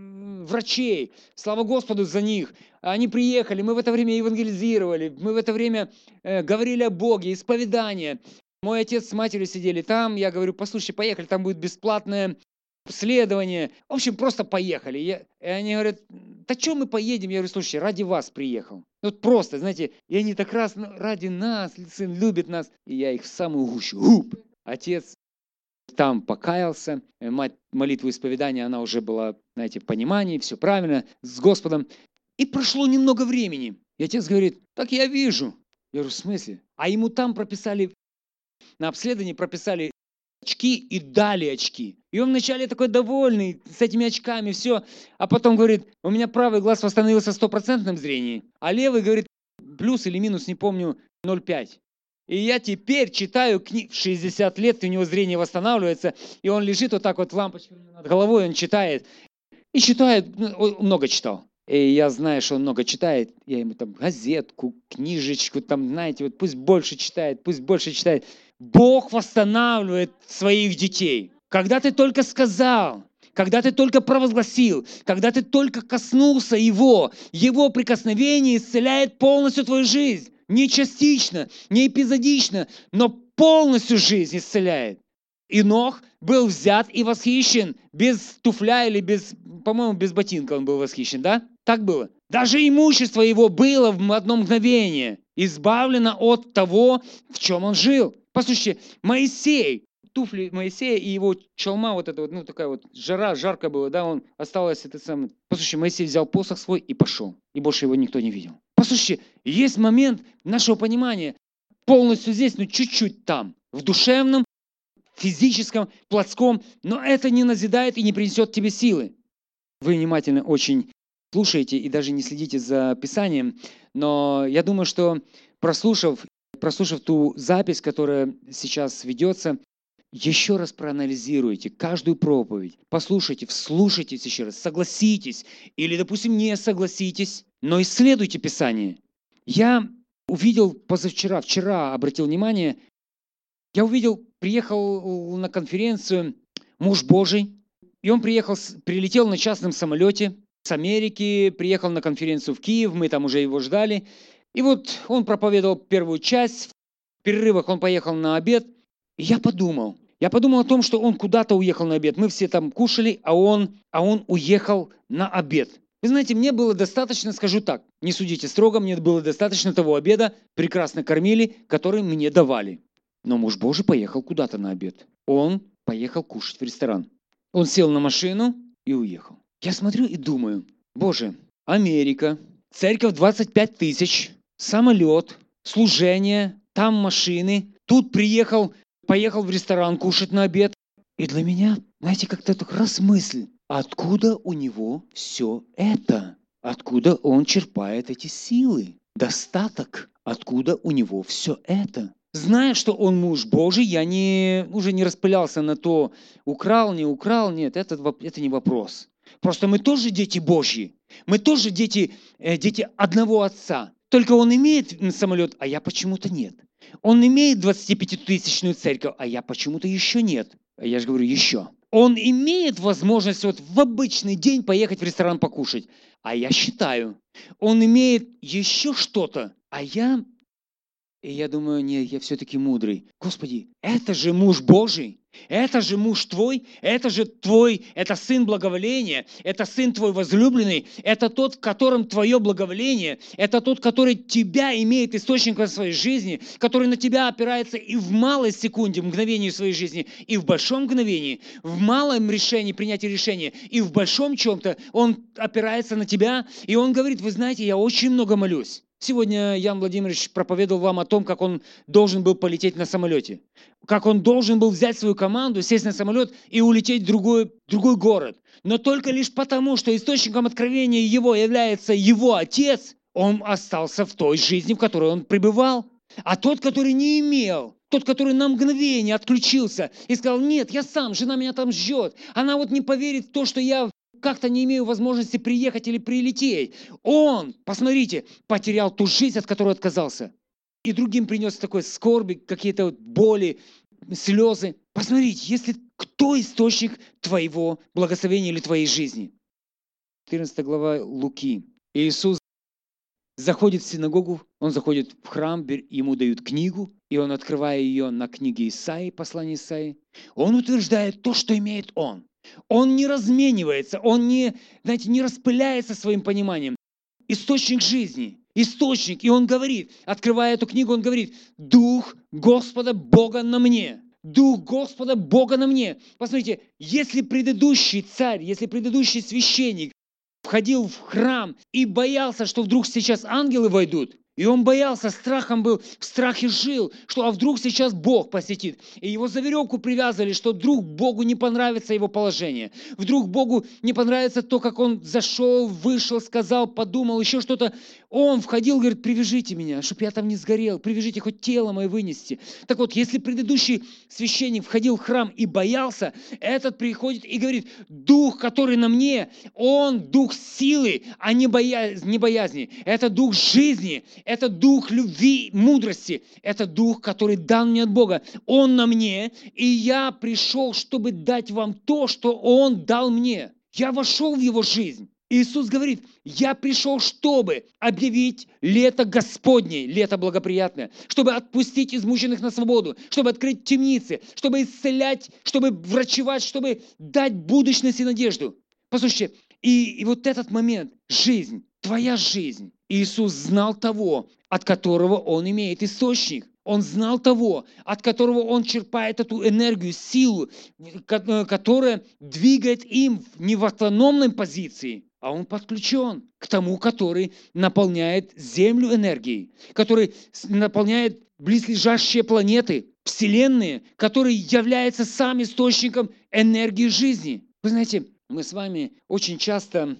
врачей, слава Господу за них. Они приехали, мы в это время евангелизировали, мы в это время э, говорили о Боге, исповедание. Мой отец с матерью сидели там, я говорю: послушай, поехали, там будет бесплатное обследование. В общем, просто поехали. Я, и они говорят: да что мы поедем? Я говорю: слушай, ради вас приехал. Вот просто, знаете, и они так раз, ну, ради нас, сын любит нас. И я их в самую гущу. Уп! Отец там покаялся, мать молитву исповедания, она уже была, знаете, в понимании, все правильно, с Господом. И прошло немного времени. И отец говорит: так я вижу. Я говорю: в смысле? А ему там прописали, на обследовании прописали очки и дали очки. И он вначале такой довольный с этими очками, все. А потом говорит: у меня правый глаз восстановился в стопроцентном зрении, а левый, говорит, плюс или минус, не помню, ноль целых пять. И я теперь читаю книгу, в шестьдесят лет у него зрение восстанавливается, и он лежит вот так вот, лампочка над головой, он читает. И читает, он много читал. И я знаю, что он много читает, я ему там газетку, книжечку, там, знаете, вот пусть больше читает, пусть больше читает. Бог восстанавливает своих детей. Когда ты только сказал, когда ты только провозгласил, когда ты только коснулся Его, Его прикосновение исцеляет полностью твою жизнь. Не частично, не эпизодично, но полностью жизнь исцеляет. Енох был взят и восхищен без туфля или без, по-моему, без ботинка он был восхищен, да? Так было. Даже имущество его было в одно мгновение избавлено от того, в чем он жил. Послушайте, Моисей, туфли Моисея и его чалма, вот эта вот, ну такая вот жара, жарко было, да, он осталось это самое. Послушайте, Моисей взял посох свой и пошел, и больше его никто не видел. Послушайте, есть момент нашего понимания, полностью здесь, но чуть-чуть там, в душевном, физическом, плотском, но это не назидает и не принесет тебе силы. Вы внимательно очень слушаете и даже не следите за Писанием, но я думаю, что прослушав, прослушав ту запись, которая сейчас ведется, еще раз проанализируйте каждую проповедь, послушайте, вслушайтесь еще раз, согласитесь или, допустим, не согласитесь, но исследуйте Писание. Я увидел позавчера, вчера обратил внимание, я увидел, приехал на конференцию муж Божий, и он приехал, прилетел на частном самолете с Америки, приехал на конференцию в Киев, мы там уже его ждали. И вот он проповедовал первую часть, в перерывах он поехал на обед, и я подумал, я подумал о том, что он куда-то уехал на обед. Мы все там кушали, а он, а он уехал на обед. Вы знаете, мне было достаточно, скажу так, не судите строго, мне было достаточно того обеда, прекрасно кормили, который мне давали. Но муж Божий поехал куда-то на обед. Он поехал кушать в ресторан. Он сел на машину и уехал. Я смотрю и думаю: Боже, Америка, церковь двадцать пять тысяч, самолет, служение, там машины. Тут приехал, поехал в ресторан кушать на обед. И для меня, знаете, как-то так раз мысль. Откуда у него все это? Откуда он черпает эти силы? Достаток. Откуда у него все это? Зная, что он муж Божий, я не, уже не распылялся на то, украл, не украл, нет, это, воп- это не вопрос. Просто мы тоже дети Божьи, мы тоже дети, э, дети одного отца. Только он имеет м, самолет, а я почему-то нет. Он имеет двадцатипятитысячную церковь, а я почему-то еще нет. А я же говорю, еще. Он имеет возможность вот в обычный день поехать в ресторан покушать, а я считаю. Он имеет еще что-то, а я и я думаю, нет, я все-таки мудрый. Господи, это же муж Божий, это же муж твой, это же твой, это сын благоволения, это сын твой возлюбленный, это тот, в котором твое благоволение, это тот, который тебя имеет источником своей жизни, который на тебя опирается и в малой секунде, мгновении своей жизни, и в большом мгновении, в малом решении, принятии решения, и в большом чем-то он опирается на тебя, и он говорит, вы знаете, я очень много молюсь. Сегодня Ян Владимирович проповедовал вам о том, как он должен был полететь на самолете. Как он должен был взять свою команду, сесть на самолет и улететь в другой, другой город. Но только лишь потому, что источником откровения его является его отец, он остался в той жизни, в которой он пребывал. А тот, который не имел, тот, который на мгновение отключился и сказал, нет, я сам, жена меня там ждет. Она вот не поверит в то, что я как-то не имею возможности приехать или прилететь. Он, посмотрите, потерял ту жизнь, от которой отказался. И другим принес такой скорби, какие-то вот боли, слезы. Посмотрите, если кто источник твоего благословения или твоей жизни? четырнадцатая глава Луки. Иисус заходит в синагогу, он заходит в храм, ему дают книгу, и он, открывая ее на книге Исаии, послание Исаии, он утверждает то, что имеет он. Он не разменивается, он не, знаете, не распыляется своим пониманием. Источник жизни, источник. И он говорит, открывая эту книгу, он говорит, Дух Господа Бога на мне. Дух Господа Бога на мне. Посмотрите, если предыдущий царь, если предыдущий священник входил в храм и боялся, что вдруг сейчас ангелы войдут, и он боялся, страхом был, в страхе жил, что а вдруг сейчас Бог посетит. И его за веревку привязывали, что вдруг Богу не понравится его положение. Вдруг Богу не понравится то, как он зашел, вышел, сказал, подумал, еще что-то. Он входил, говорит, привяжите меня, чтобы я там не сгорел, привяжите, хоть тело мое вынести. Так вот, если предыдущий священник входил в храм и боялся, этот приходит и говорит, дух, который на мне, он дух силы, а не, боя... не боязни. Это дух жизни, это дух любви, мудрости, это дух, который дан мне от Бога. Он на мне, и я пришел, чтобы дать вам то, что Он дал мне. Я вошел в его жизнь. Иисус говорит, я пришел, чтобы объявить лето Господне, лето благоприятное, чтобы отпустить измученных на свободу, чтобы открыть темницы, чтобы исцелять, чтобы врачевать, чтобы дать будущность и надежду. Послушайте, и, и вот этот момент, жизнь, твоя жизнь, Иисус знал того, от которого Он имеет источник. Он знал того, от которого он черпает эту энергию, силу, которая двигает им не в автономной позиции, а он подключен к тому, который наполняет Землю энергией, который наполняет близлежащие планеты, вселенные, который является сам источником энергии жизни. Вы знаете, мы с вами очень часто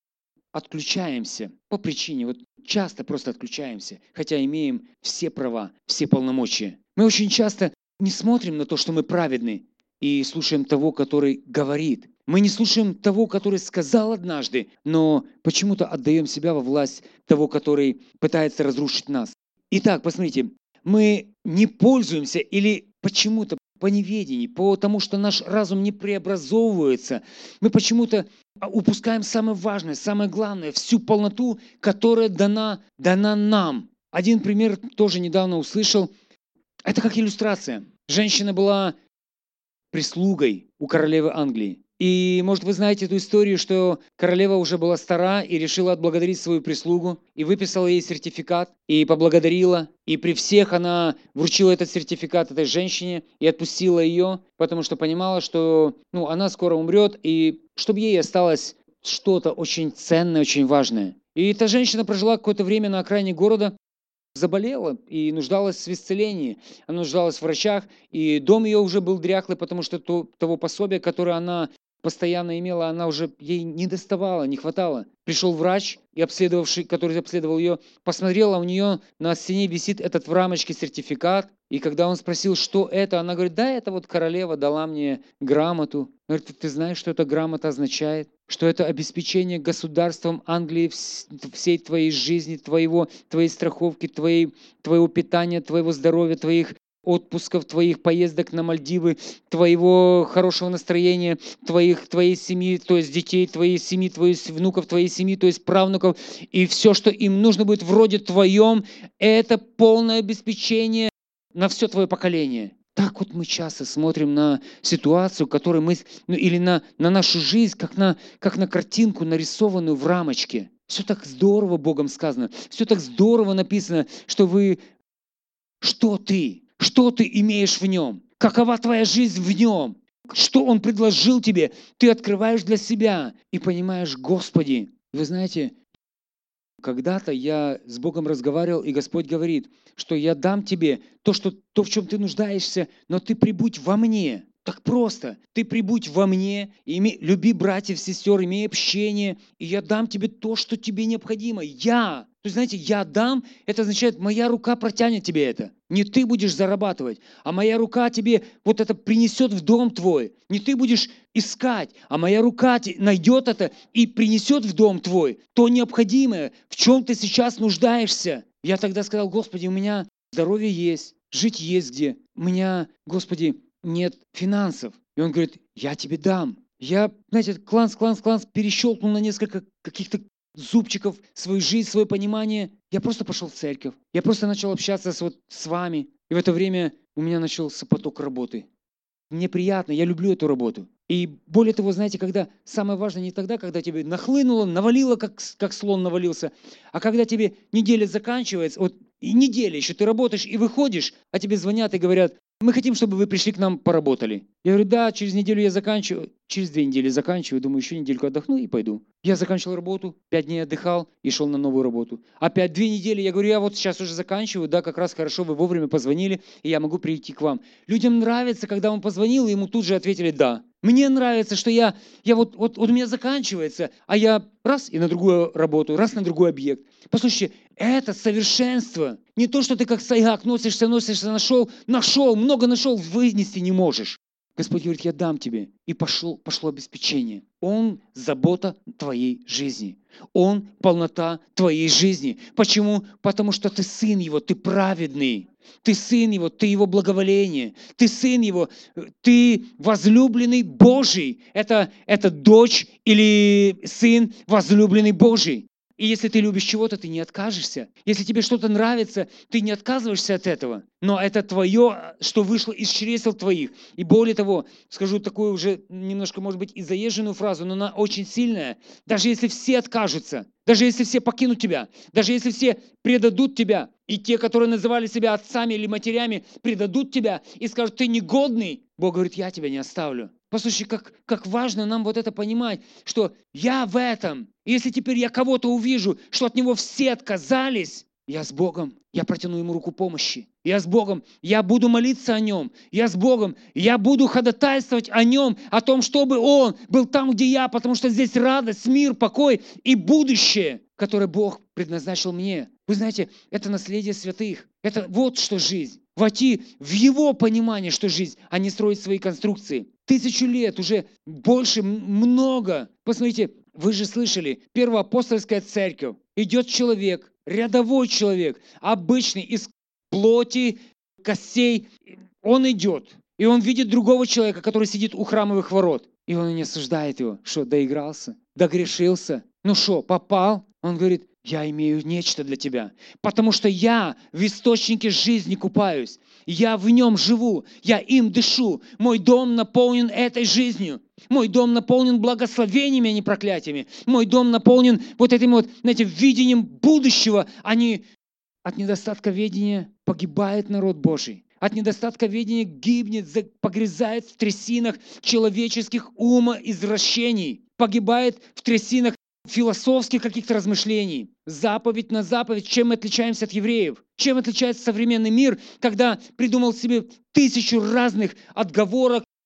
отключаемся по причине, вот часто просто отключаемся, хотя имеем все права, все полномочия. Мы очень часто не смотрим на то, что мы праведны, и слушаем того, который говорит. Мы не слушаем того, который сказал однажды, но почему-то отдаем себя во власть того, который пытается разрушить нас. Итак, посмотрите, мы не пользуемся или почему-то по неведению, по тому, что наш разум не преобразовывается, мы почему-то упускаем самое важное, самое главное, всю полноту, которая дана, дана нам. Один пример тоже недавно услышал. Это как иллюстрация. Женщина была прислугой у королевы Англии. И, может, вы знаете эту историю, что королева уже была стара и решила отблагодарить свою прислугу, и выписала ей сертификат, и поблагодарила. И при всех она вручила этот сертификат этой женщине и отпустила ее, потому что понимала, что ну, она скоро умрет, и чтобы ей осталось что-то очень ценное, очень важное. И эта женщина прожила какое-то время на окраине города, заболела и нуждалась в исцелении. Она нуждалась в врачах, и дом ее уже был дряхлый, потому что то, того пособия, которое она постоянно имела, она уже ей не доставала, не хватало. Пришел врач, и обследовавший, который обследовал ее, посмотрел, а у нее на стене висит этот в рамочке сертификат. И когда он спросил, что это, она говорит, да, это вот королева дала мне грамоту. Говорит, ты знаешь, что эта грамота означает? Что это обеспечение государством Англии всей твоей жизни, твоего, твоей страховки, твоей, твоего питания, твоего здоровья, твоих отпусков, твоих поездок на Мальдивы, твоего хорошего настроения, твоих, твоей семьи, то есть детей, твоей семьи, твоих внуков, твоей семьи, то есть правнуков. И все, что им нужно будет в роде твоем, это полное обеспечение на все твое поколение. Так вот мы часто смотрим на ситуацию, которую мы, ну, или на, на нашу жизнь, как на, как на картинку, нарисованную в рамочке. Все так здорово Богом сказано, все так здорово написано, что вы, что ты, что ты имеешь в нем, какова твоя жизнь в нем, что Он предложил тебе, ты открываешь для себя и понимаешь, Господи, вы знаете, когда-то я с Богом разговаривал, и Господь говорит, что я дам тебе то, что, то, в чем ты нуждаешься, но ты прибудь во мне. Так просто. Ты прибудь во мне, име, люби братьев, сестер, имей общение, и я дам тебе то, что тебе необходимо. Я. То есть, знаете, я дам, это означает, моя рука протянет тебе это. Не ты будешь зарабатывать, а моя рука тебе вот это принесет в дом твой. Не ты будешь искать, а моя рука найдет это и принесет в дом твой то необходимое, в чем ты сейчас нуждаешься. Я тогда сказал, Господи, у меня здоровье есть, жить есть где. У меня, Господи, нет финансов. И Он говорит, я тебе дам. Я, знаете, кланс, кланс, кланс, перещелкнул на несколько каких-то зубчиков свою жизнь, свое понимание. Я просто пошел в церковь. Я просто начал общаться с, вот, с вами. И в это время у меня начался поток работы. Мне приятно, я люблю эту работу. И более того, знаете, когда самое важное не тогда, когда тебе нахлынуло, навалило, как, как слон навалился, а когда тебе неделя заканчивается, вот и неделя еще ты работаешь и выходишь, а тебе звонят и говорят, мы хотим, чтобы вы пришли к нам, поработали. Я говорю, да, через неделю я заканчиваю, через две недели заканчиваю, думаю, еще недельку отдохну и пойду. Я заканчивал работу, пять дней отдыхал и шел на новую работу. Опять две недели, я говорю, я вот сейчас уже заканчиваю, да, как раз хорошо, вы вовремя позвонили, и я могу прийти к вам. Людям нравится, когда он позвонил, и ему тут же ответили «да». Мне нравится, что я, я вот, вот, вот у меня заканчивается, а я раз и на другую работу, раз на другой объект. Послушайте, это совершенство. Не то, что ты как сайгак носишься, носишься, нашел, нашел, много нашел, вынести не можешь. Господь говорит, я дам тебе. И пошло, пошло обеспечение. Он забота твоей жизни. Он полнота твоей жизни. Почему? Потому что ты сын его, ты праведный. Ты сын его, ты его благоволение. Ты сын его, ты возлюбленный Божий. Это, это дочь или сын возлюбленный Божий. И если ты любишь чего-то, ты не откажешься. Если тебе что-то нравится, ты не отказываешься от этого. Но это твое, что вышло из чресел твоих. И более того, скажу такую уже немножко, может быть, и заезженную фразу, но она очень сильная. Даже если все откажутся, даже если все покинут тебя, даже если все предадут тебя, и те, которые называли себя отцами или матерями, предадут тебя и скажут, ты негодный, Бог говорит, я тебя не оставлю. Послушайте, как, как важно нам вот это понимать, что я в этом. Если теперь я кого-то увижу, что от него все отказались, я с Богом, я протяну ему руку помощи. Я с Богом, я буду молиться о нем. Я с Богом, я буду ходатайствовать о нем, о том, чтобы он был там, где я, потому что здесь радость, мир, покой и будущее, которое Бог предназначил мне. Вы знаете, это наследие святых. Это вот что жизнь. Войти в его понимание, что жизнь, а не строить свои конструкции. Тысячу лет, уже больше, много. Посмотрите, вы же слышали, первоапостольская церковь. Идет человек, рядовой человек, обычный, из плоти, костей. Он идет, и он видит другого человека, который сидит у храмовых ворот. И он не осуждает его. Что, доигрался? Догрешился? Ну что, попал? Он говорит, я имею нечто для тебя, потому что я в источнике жизни купаюсь, я в нем живу, я им дышу, мой дом наполнен этой жизнью, мой дом наполнен благословениями, а не проклятиями, мой дом наполнен вот этим вот, знаете, видением будущего, а не от недостатка ведения погибает народ Божий. От недостатка ведения гибнет, погрязает в трясинах человеческих ума извращений, погибает в трясинах философских каких-то размышлений. Заповедь на заповедь. Чем мы отличаемся от евреев? Чем отличается современный мир, когда придумал себе тысячу разных отговорок,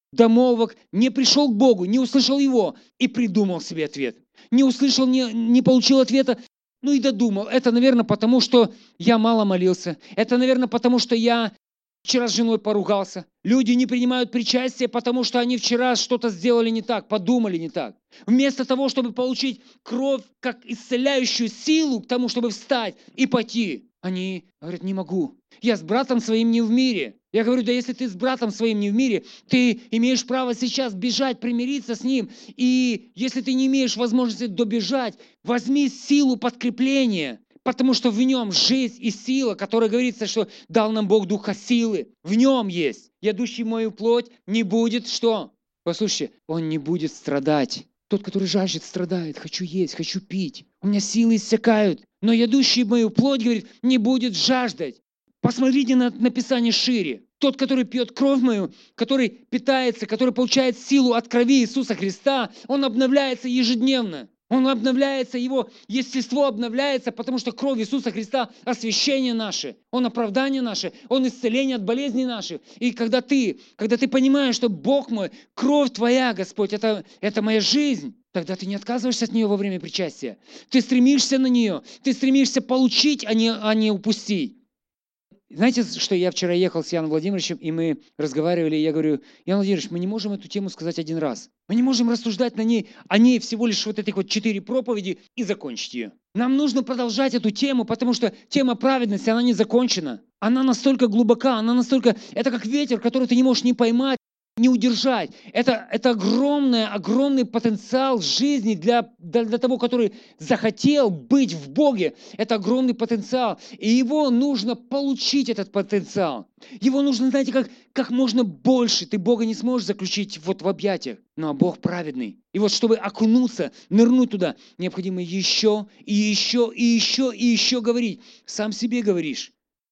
домовок, не пришел к Богу, не услышал Его и придумал себе ответ. Не услышал, не, не получил ответа, ну и додумал. Это, наверное, потому что я мало молился. Это, наверное, потому что я вчера с женой поругался. Люди не принимают причастие, потому что они вчера что-то сделали не так, подумали не так. Вместо того, чтобы получить кровь как исцеляющую силу к тому, чтобы встать и пойти, они говорят, не могу. Я с братом своим не в мире. Я говорю, да если ты с братом своим не в мире, ты имеешь право сейчас бежать, примириться с ним. И если ты не имеешь возможности добежать, возьми силу подкрепления. Потому что в нем жизнь и сила, которая говорится, что дал нам Бог духа силы. В нем есть. Ядущий мою плоть не будет что? Послушайте, он не будет страдать. Тот, который жаждет, страдает. Хочу есть, хочу пить. У меня силы иссякают. Но ядущий мою плоть, говорит, не будет жаждать. Посмотрите на написание шире. Тот, который пьет кровь мою, который питается, который получает силу от крови Иисуса Христа, он обновляется ежедневно. Он обновляется, его естество обновляется, потому что кровь Иисуса Христа – освящение наше, Он оправдание наше, Он исцеление от болезней наших. И когда ты, когда ты понимаешь, что Бог мой, кровь Твоя, Господь, это, это моя жизнь, тогда ты не отказываешься от нее во время причастия. Ты стремишься на нее, ты стремишься получить, а не, а не упустить. Знаете, что я вчера ехал с Яном Владимировичем, и мы разговаривали, и я говорю, Ян Владимирович, мы не можем эту тему сказать один раз. Мы не можем рассуждать на ней, о ней всего лишь вот этих вот четыре проповеди и закончить ее. Нам нужно продолжать эту тему, потому что тема праведности, она не закончена. Она настолько глубока, она настолько... Это как ветер, который ты не можешь ни поймать, не удержать. Это, это огромный, огромный потенциал жизни для, для, для того, который захотел быть в Боге. Это огромный потенциал. И его нужно получить, этот потенциал. Его нужно, знаете, как, как можно больше. Ты Бога не сможешь заключить вот в объятиях. Ну, а Бог праведный. И вот чтобы окунуться, нырнуть туда, необходимо еще, и еще, и еще, и еще говорить. Сам себе говоришь.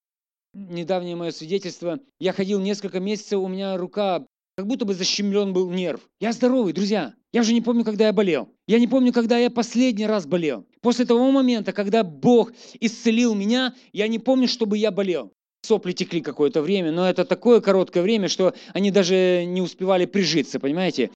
Недавнее мое свидетельство. Я ходил несколько месяцев, у меня рука... Как будто бы защемлен был нерв. Я здоровый, друзья. Я уже не помню, когда я болел. Я не помню, когда я последний раз болел. После того момента, когда Бог исцелил меня, я не помню, чтобы я болел. Сопли текли какое-то время, но это такое короткое время, что они даже не успевали прижиться, понимаете?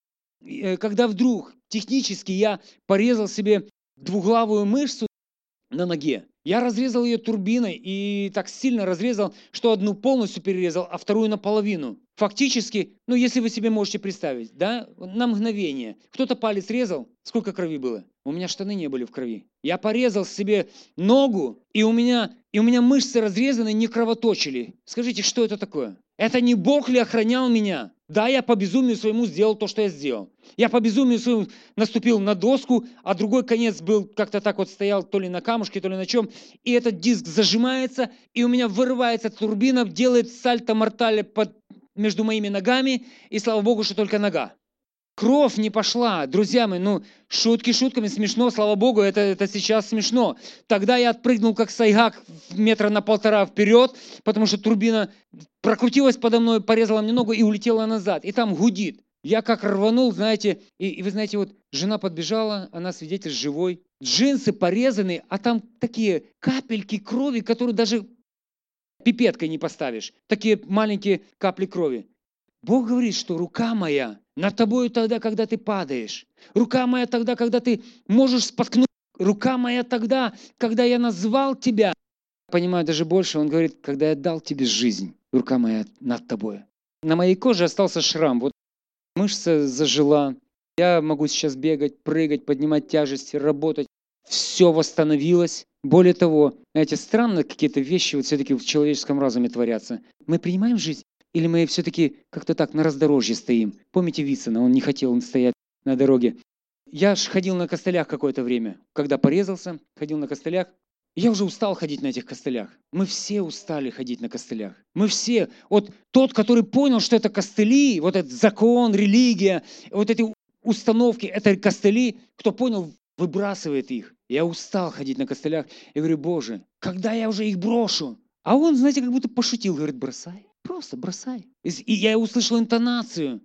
Когда вдруг технически я порезал себе двуглавую мышцу на ноге, я разрезал ее турбиной и так сильно разрезал, что одну полностью перерезал, а вторую наполовину. Фактически, ну если вы себе можете представить, да, на мгновение. Кто-то палец резал, сколько крови было? У меня штаны не были в крови. Я порезал себе ногу, и у меня, и у меня мышцы разрезаны, не кровоточили. Скажите, что это такое? Это не Бог ли охранял меня? Да, я по безумию своему сделал то, что я сделал. Я по безумию своему наступил на доску, а другой конец был как-то так вот стоял то ли на камушке, то ли на чем. И этот диск зажимается, и у меня вырывается турбина, делает сальто-мортале под, между моими ногами, и слава Богу, что только нога. Кровь не пошла, друзья мои, ну, шутки шутками, смешно, слава Богу, это, это сейчас смешно. Тогда я отпрыгнул, как сайгак, метра на полтора вперед, потому что турбина прокрутилась подо мной, порезала мне ногу и улетела назад, и там гудит. Я как рванул, знаете, и, и вы знаете, вот жена подбежала, она свидетель живой, джинсы порезаны, а там такие капельки крови, которые даже пипеткой не поставишь, такие маленькие капли крови. Бог говорит, что рука моя над тобой тогда, когда ты падаешь. Рука моя тогда, когда ты можешь споткнуть. Рука моя тогда, когда я назвал тебя. Понимаю даже больше, он говорит, когда я дал тебе жизнь. Рука моя над тобой. На моей коже остался шрам. Вот мышца зажила. Я могу сейчас бегать, прыгать, поднимать тяжести, работать. Все восстановилось. Более того, знаете, странно какие-то вещи вот все-таки в человеческом разуме творятся. Мы принимаем жизнь? Или мы все-таки как-то так на раздорожье стоим? Помните Вицина, он не хотел стоять на дороге. Я ж ходил на костылях какое-то время. Когда порезался, ходил на костылях. Я уже устал ходить на этих костылях. Мы все устали ходить на костылях. Мы все. Вот тот, который понял, что это костыли, вот этот закон, религия, вот эти установки, это костыли, кто понял, выбрасывает их. Я устал ходить на костылях. Я говорю, Боже, когда я уже их брошу? А он, знаете, как будто пошутил, говорит, бросай. Просто бросай. И я услышал интонацию.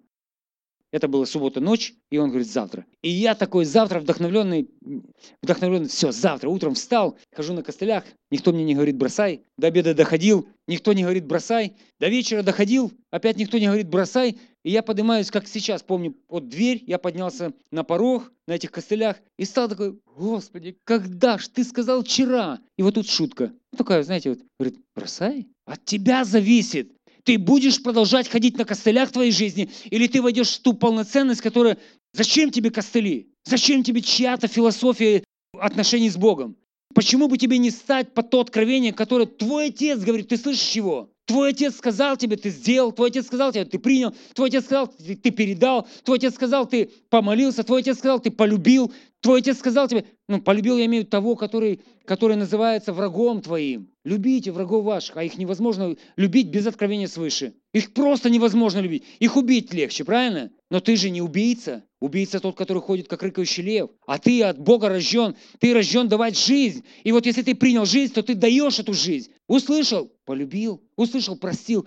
Это была суббота ночь, и он говорит, завтра. И я такой завтра вдохновленный, вдохновленный, все, завтра утром встал, хожу на костылях, никто мне не говорит, бросай. До обеда доходил, никто не говорит, бросай. До вечера доходил, опять никто не говорит, бросай. И я поднимаюсь, как сейчас, помню, под дверь, я поднялся на порог, на этих костылях, и стал такой: Господи, когда ж ты сказал вчера? И вот тут шутка. Такая, знаете, вот, говорит, бросай. От тебя зависит. Ты будешь продолжать ходить на костылях в твоей жизни, или ты войдешь в ту полноценность, которая... Зачем тебе костыли? Зачем тебе чья-то философия отношений с Богом? Почему бы тебе не стать под то откровение, которое твой отец говорит, ты слышишь его? Твой отец сказал тебе, ты сделал, твой отец сказал тебе, ты принял, твой отец сказал, ты, ты передал, твой отец сказал, ты помолился, твой отец сказал, ты полюбил, твой отец сказал тебе, ну, полюбил я имею в виду того, который, который называется врагом твоим. Любите врагов ваших, а их невозможно любить без откровения свыше. Их просто невозможно любить. Их убить легче, правильно? Но ты же не убийца. Убийца тот, который ходит, как рыкающий лев. А ты от Бога рожден. Ты рожден давать жизнь. И вот если ты принял жизнь, то ты даешь эту жизнь. Услышал? Полюбил. Услышал? Простил.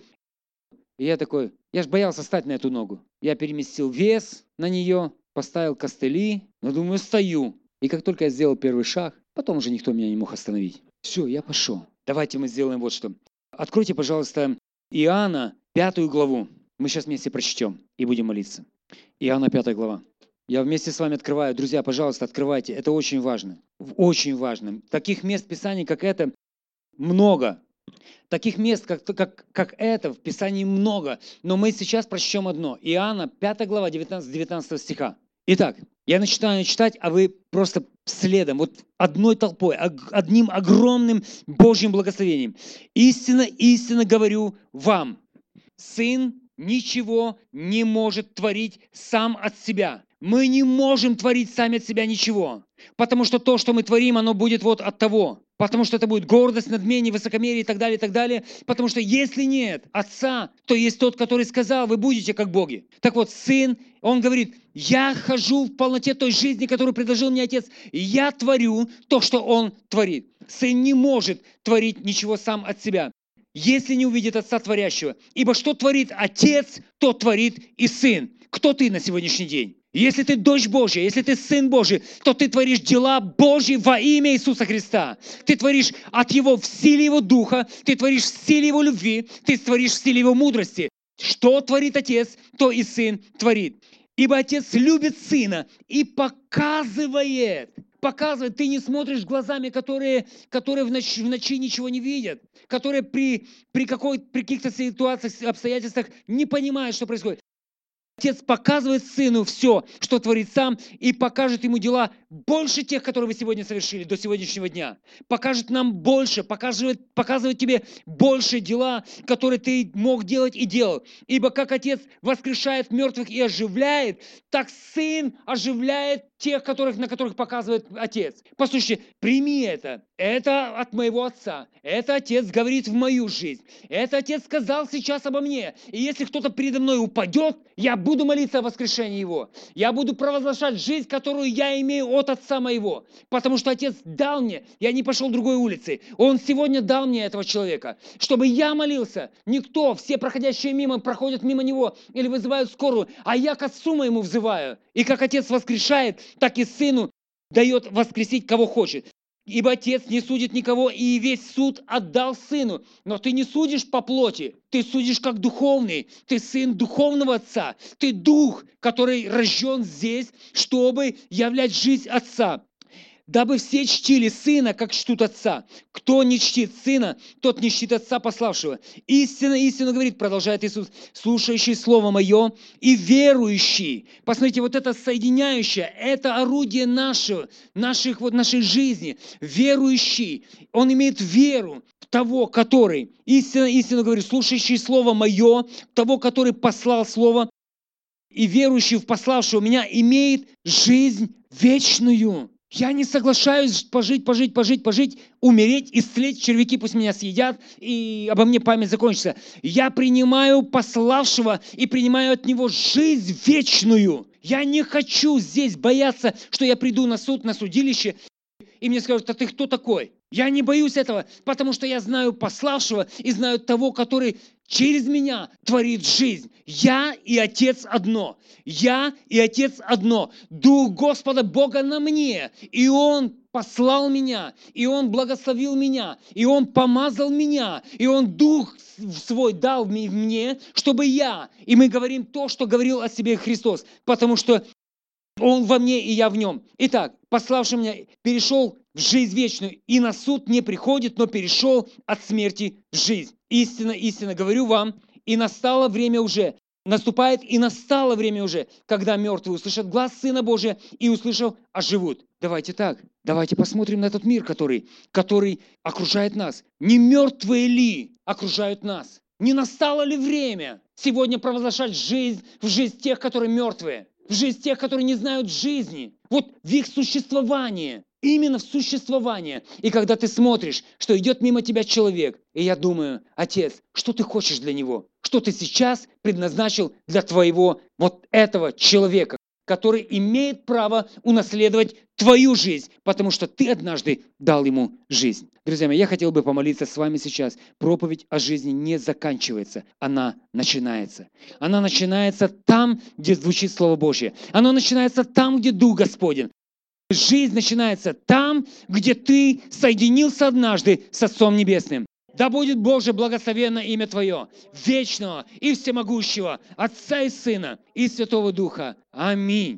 И я такой, я же боялся стать на эту ногу. Я переместил вес на нее, поставил костыли, но думаю, стою. И как только я сделал первый шаг, потом уже никто меня не мог остановить. Все, я пошел. Давайте мы сделаем вот что. Откройте, пожалуйста, Иоанна, пятую главу. Мы сейчас вместе прочтем и будем молиться. Иоанна, пятая глава. Я вместе с вами открываю. Друзья, пожалуйста, открывайте. Это очень важно. Очень важно. Таких мест Писаний, как это, много. Таких мест, как, как, как это, в Писании много. Но мы сейчас прочтем одно. Иоанна, пятая глава, девятнадцатого стиха. Итак, я начинаю читать, а вы просто следом, вот одной толпой, одним огромным Божьим благословением. «Истинно, истинно говорю вам, Сын ничего не может творить сам от себя». Мы не можем творить сами от себя ничего, потому что то, что мы творим, оно будет вот от того. Потому что это будет гордость, надмение, высокомерие и так далее, и так далее. Потому что если нет Отца, то есть тот, который сказал, вы будете как боги. Так вот, Сын, Он говорит, я хожу в полноте той жизни, которую предложил мне Отец. И я творю то, что Он творит. Сын не может творить ничего сам от себя, если не увидит Отца Творящего. Ибо что творит Отец, то творит и Сын. Кто ты на сегодняшний день? Если ты дочь Божья, если ты сын Божий, то ты творишь дела Божьи во имя Иисуса Христа. Ты творишь от Его в силе Его Духа, ты творишь в силе Его любви, ты творишь в силе Его мудрости. Что творит Отец, то и Сын творит. Ибо Отец любит Сына и показывает. Показывает, ты не смотришь глазами, которые, которые в, ночи, в ночи ничего не видят, которые при, при, какой, при каких-то ситуациях, обстоятельствах не понимают, что происходит. Отец показывает Сыну все, что творит Сам, и покажет Ему дела больше тех, которые вы сегодня совершили до сегодняшнего дня. Покажет нам больше, показывает, показывает тебе больше дела, которые ты мог делать и делал. Ибо как Отец воскрешает мертвых и оживляет, так Сын оживляет тех, которых, на которых показывает Отец. Послушайте, прими это. Это от моего Отца. Это Отец говорит в мою жизнь. Это Отец сказал сейчас обо мне. И если кто-то передо мной упадет, я буду молиться о воскрешении его. Я буду провозглашать жизнь, которую я имею от Отца моего. Потому что Отец дал мне. Я не пошел другой улицей. Он сегодня дал мне этого человека. Чтобы я молился. Никто, все проходящие мимо, проходят мимо него или вызывают скорую. А я к Отцу моему взываю. И как Отец воскрешает, так и Сыну дает воскресить, кого хочет. Ибо Отец не судит никого, и весь суд отдал Сыну. Но ты не судишь по плоти, ты судишь как духовный. Ты сын духовного Отца. Ты дух, который рожден здесь, чтобы являть жизнь Отца. Дабы все чтили Сына, как чтут Отца. Кто не чтит Сына, тот не чтит Отца, пославшего. Истинно, истинно говорит, продолжает Иисус, слушающий Слово Мое и верующий. Посмотрите, вот это соединяющее, это орудие нашего, наших, вот, нашей жизни. Верующий, он имеет веру в того, который, истинно, истинно говорит, слушающий Слово Мое, того, который послал Слово, и верующий в пославшего Меня имеет жизнь вечную. Я не соглашаюсь пожить, пожить, пожить, пожить, умереть, исцелить, червяки пусть меня съедят, и обо мне память закончится. Я принимаю пославшего и принимаю от него жизнь вечную. Я не хочу здесь бояться, что я приду на суд, на судилище, и мне скажут, а ты кто такой? Я не боюсь этого, потому что я знаю пославшего и знаю того, который через меня творит жизнь. Я и Отец одно. Я и Отец одно. Дух Господа Бога на мне. И Он послал меня. И Он благословил меня. И Он помазал меня. И Он Дух свой дал мне, чтобы я. И мы говорим то, что говорил о себе Христос, потому что Он во мне, и я в Нем. Итак, пославший меня перешел в жизнь вечную, и на суд не приходит, но перешел от смерти в жизнь. Истинно, истинно говорю вам, и настало время уже, наступает и настало время уже, когда мертвые услышат глас Сына Божия, и, услышав, оживут. Давайте так, давайте посмотрим на этот мир, который, который окружает нас. Не мертвые ли окружают нас? Не настало ли время сегодня провозглашать жизнь в жизнь тех, которые мертвые? В жизнь тех, которые не знают жизни. Вот в их существование. Именно в существование. И когда ты смотришь, что идет мимо тебя человек, и я думаю, Отец, что ты хочешь для него? Что ты сейчас предназначил для твоего вот этого человека, который имеет право унаследовать твою жизнь, потому что ты однажды дал ему жизнь. Друзья мои, я хотел бы помолиться с вами сейчас. Проповедь о жизни не заканчивается, она начинается. Она начинается там, где звучит Слово Божье. Она начинается там, где Дух Господень. Жизнь начинается там, где ты соединился однажды с Отцом Небесным. Да будет Боже благословенно имя Твое, вечного и всемогущего, Отца и Сына и Святого Духа. Аминь.